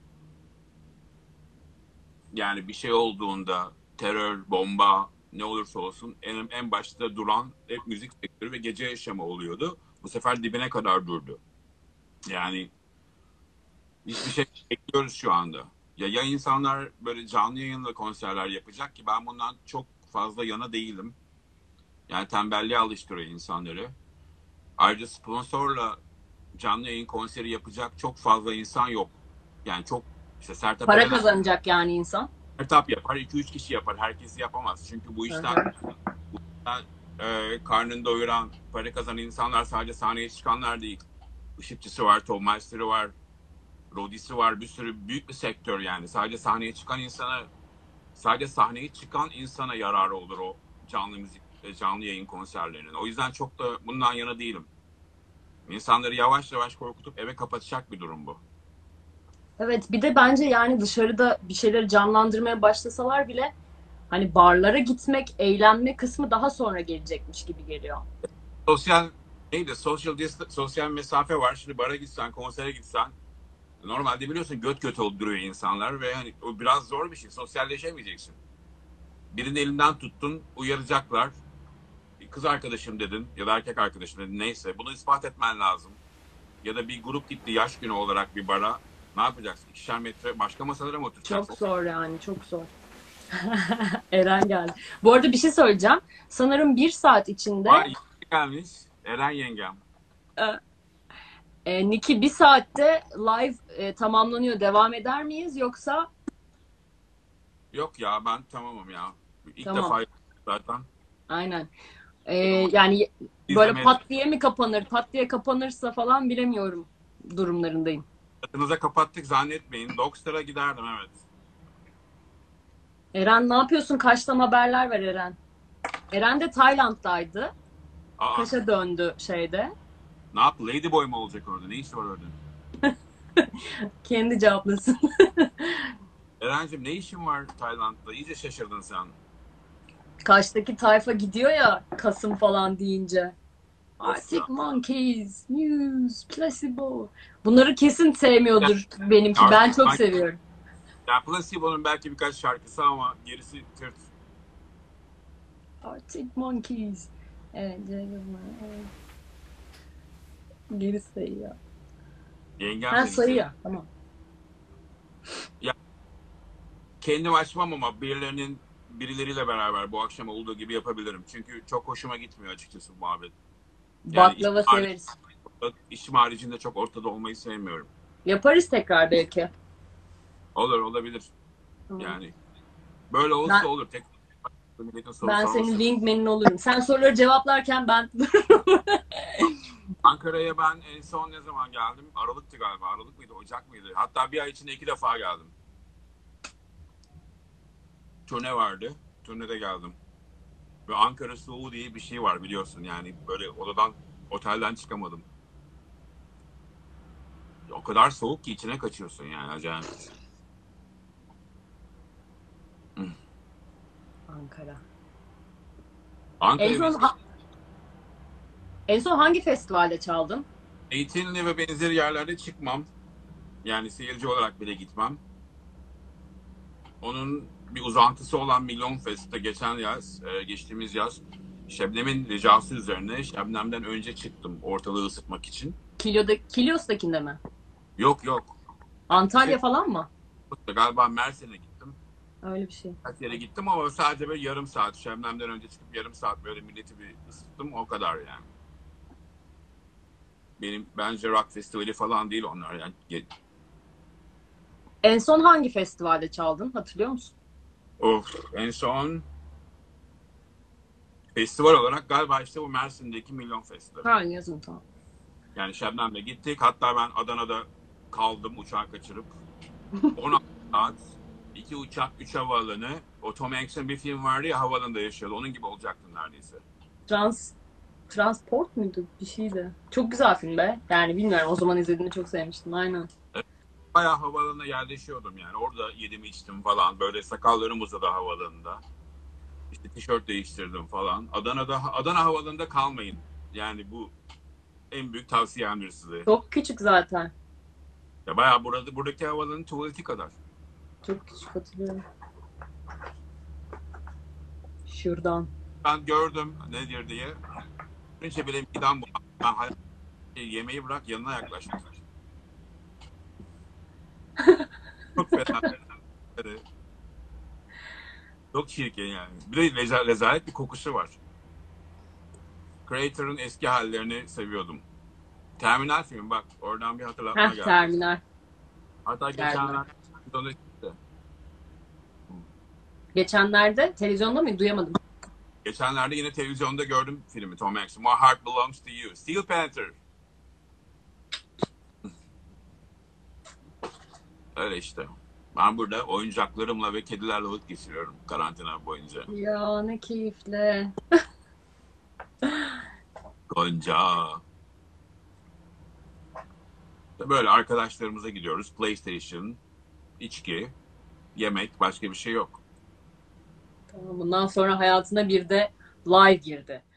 Speaker 2: yani bir şey olduğunda terör, bomba ne olursa olsun en başta duran hep müzik sektörü ve gece yaşamı oluyordu. Bu sefer dibine kadar durdu. Yani hiçbir şey bekliyoruz şu anda. Ya insanlar böyle canlı yayınla konserler yapacak ki ben bundan çok fazla yana değilim. Yani tembelliğe alıştırıyor insanları. Ayrıca sponsorla canlı yayın konseri yapacak çok fazla insan yok. Yani çok işte Sertab
Speaker 1: Para
Speaker 2: Erener
Speaker 1: kazanacak yani insan.
Speaker 2: Sertab yapar, 2-3 kişi yapar. Herkesi yapamaz. Çünkü bu
Speaker 1: Hı
Speaker 2: işten
Speaker 1: hı.
Speaker 2: karnını doyuran, para kazanan insanlar sadece sahneye çıkanlar değil. Işıkçısı var, tommeister'ı var, rodisi var. Bir sürü büyük bir sektör yani. Sadece sahneye çıkan insana yararı olur o canlı müzik, canlı yayın konserlerinin. O yüzden çok da bundan yana değilim. İnsanları yavaş yavaş korkutup eve kapatacak bir durum bu.
Speaker 1: Evet, bir de bence yani dışarıda bir şeyleri canlandırmaya başlasalar bile hani barlara gitmek, eğlenme kısmı daha sonra gelecekmiş gibi geliyor.
Speaker 2: Sosyal neydi? Sosyal mesafe var. Şimdi bara gitsen, konsere gitsen normalde biliyorsun göt göt duruyor insanlar ve hani o biraz zor bir şey. Sosyalleşemeyeceksin. Birinin elinden tuttun, uyaracaklar. Kız arkadaşım dedin ya da erkek arkadaşım dedin neyse. Bunu ispat etmen lazım. Ya da bir grup gitti yaş günü olarak bir bara. Ne yapacaksın? 2'şer metre başka masalara mı
Speaker 1: Çok
Speaker 2: oturacaksın?
Speaker 1: zor yani, çok zor. Eren geldi. Bu arada bir şey söyleyeceğim. Sanırım 1 saat
Speaker 2: Var
Speaker 1: içinde
Speaker 2: gelmiş. Eren yengem.
Speaker 1: Niki 1 saatte live tamamlanıyor. Devam eder miyiz yoksa?
Speaker 2: Yok ya ben tamamım ya. İlk
Speaker 1: Tamam.
Speaker 2: defa zaten.
Speaker 1: Aynen. E,
Speaker 2: Dedim,
Speaker 1: Yani böyle
Speaker 2: İzlemeye
Speaker 1: pat diye mi kapanır? Pat diye kapanırsa falan bilemiyorum durumlarındayım.
Speaker 2: adınıza kapattık zannetmeyin. Dogstar'a giderdim evet.
Speaker 1: Eren ne yapıyorsun? Kaş'tan haberler ver Eren. Eren de Tayland'daydı.
Speaker 2: Aa
Speaker 1: Kaş'a döndü şeyde.
Speaker 2: ne yap? Ladyboy mu olacak orada? Ne işi var orada?
Speaker 1: Kendi cevaplasın.
Speaker 2: Eren'cim ne işin var Tayland'da? İyice şaşırdın sen.
Speaker 1: Kaş'taki tayfa gidiyor ya Kasım falan deyince.
Speaker 2: Of
Speaker 1: Arctic
Speaker 2: ya.
Speaker 1: Monkeys, Muse, Placebo. Bunları kesin sevmiyordur benimki. Ben
Speaker 2: Artık
Speaker 1: çok seviyorum.
Speaker 2: ya Placebo'nun belki birkaç şarkısı ama gerisi tırt.
Speaker 1: Arctic Monkeys. Evet, evet. Geri sayıyor.
Speaker 2: Yengem
Speaker 1: Ha,
Speaker 2: seni seviyor.
Speaker 1: sayıyor. Tamam.
Speaker 2: Ya kendim açmam ama birileriyle beraber bu akşam olduğu gibi yapabilirim. Çünkü çok hoşuma gitmiyor açıkçası bu muhabbet. Yani
Speaker 1: Baklava severiz.
Speaker 2: işim haricinde çok ortada olmayı sevmiyorum.
Speaker 1: Yaparız tekrar belki.
Speaker 2: Olur olabilir.
Speaker 1: Tamam.
Speaker 2: Yani böyle olursa
Speaker 1: Ben,
Speaker 2: olur. Tek milletin soru
Speaker 1: ben senin
Speaker 2: sorması.
Speaker 1: wingman'in olurum. Sen soruları cevaplarken ben
Speaker 2: Ankara'ya ben en son ne zaman geldim? Aralık'tı galiba. Aralık mıydı? Ocak mıydı? Hatta bir ay içinde 2 defa geldim. Turne vardı. Turnede geldim. Ve Ankara soğuğu diye bir şey var biliyorsun. Yani böyle otelden çıkamadım. O kadar soğuk ki içine kaçıyorsun yani acayip.
Speaker 1: Ankara. En
Speaker 2: Ankara
Speaker 1: son
Speaker 2: biz
Speaker 1: en son hangi festivalde çaldın?
Speaker 2: Eğitimli ve benzeri yerlerde çıkmam. Yani seyirci olarak bile gitmem. Onun bir uzantısı olan Milyon Fest'te geçtiğimiz yaz Şebnem'in ricası üzerine Şebnem'den önce çıktım ortalığı ısıtmak için.
Speaker 1: Kilios'takinde mi?
Speaker 2: Yok yok. Şey,
Speaker 1: Antalya falan mı?
Speaker 2: galiba Mersin'e gittim.
Speaker 1: Öyle bir şey.
Speaker 2: Kaç yere gittim ama sadece böyle yarım saat. Şebnem'den önce çıkıp yarım saat böyle milleti bir ısıttım. O kadar yani. Benim bence rock festivali falan değil onlar yani.
Speaker 1: En son hangi festivalde çaldın? Hatırlıyor musun?
Speaker 2: En son festival olarak galiba işte bu Mersin'deki Milyon Fest'ti.
Speaker 1: Ha, yazın, tamam.
Speaker 2: Yani Şebnem'le gittik. Hatta ben Adana'da kaldım uçağı kaçırıp. 16 saat, 2 uçak, 3 havaalanı. O Tom Hanks'in bir film vardı ya havaalanında yaşıyordu. Onun gibi olacaktı neredeyse.
Speaker 1: Trans Transport muydu? Bir şeydi. Çok güzel film be. Yani bilmiyorum, o zaman izlediğimde çok sevmiştim. Aynen.
Speaker 2: Bayağı havaalanına yerleşiyordum yani. Orada yedim içtim falan. Böyle sakallarım uzadı havaalanında. İşte tişört değiştirdim falan. Adana havaalanında kalmayın. Yani bu en büyük tavsiyemdir size.
Speaker 1: Çok küçük zaten.
Speaker 2: Ya bayağı buradaki havaalanın tuvaleti kadar.
Speaker 1: Çok küçük, hatırlıyorum. Şuradan.
Speaker 2: Ben gördüm nedir diye. Önce bile midem bulandı. Yemeği bırak yanına yaklaşmak. Çok fena. Çok çirkin yani. Bir de rezalet bir kokusu var. Creator'ın eski hallerini seviyordum. Terminal film bak oradan bir hatırlatma
Speaker 1: Heh,
Speaker 2: geldi.
Speaker 1: Terminal.
Speaker 2: Hatta
Speaker 1: Terminal.
Speaker 2: geçenlerde çıktı.
Speaker 1: Geçenlerde televizyonda mı? Duyamadım.
Speaker 2: Geçenlerde yine televizyonda gördüm filmi Tom Hanks'in. My Heart Belongs to You. Steel Panther. Öyle işte. Ben burada oyuncaklarımla ve kedilerle vakit geçiriyorum karantina boyunca.
Speaker 1: Ya ne keyifli.
Speaker 2: Gonca. Böyle arkadaşlarımıza gidiyoruz. PlayStation, içki, yemek, başka bir şey yok.
Speaker 1: Tamam, bundan sonra hayatına bir de live girdi.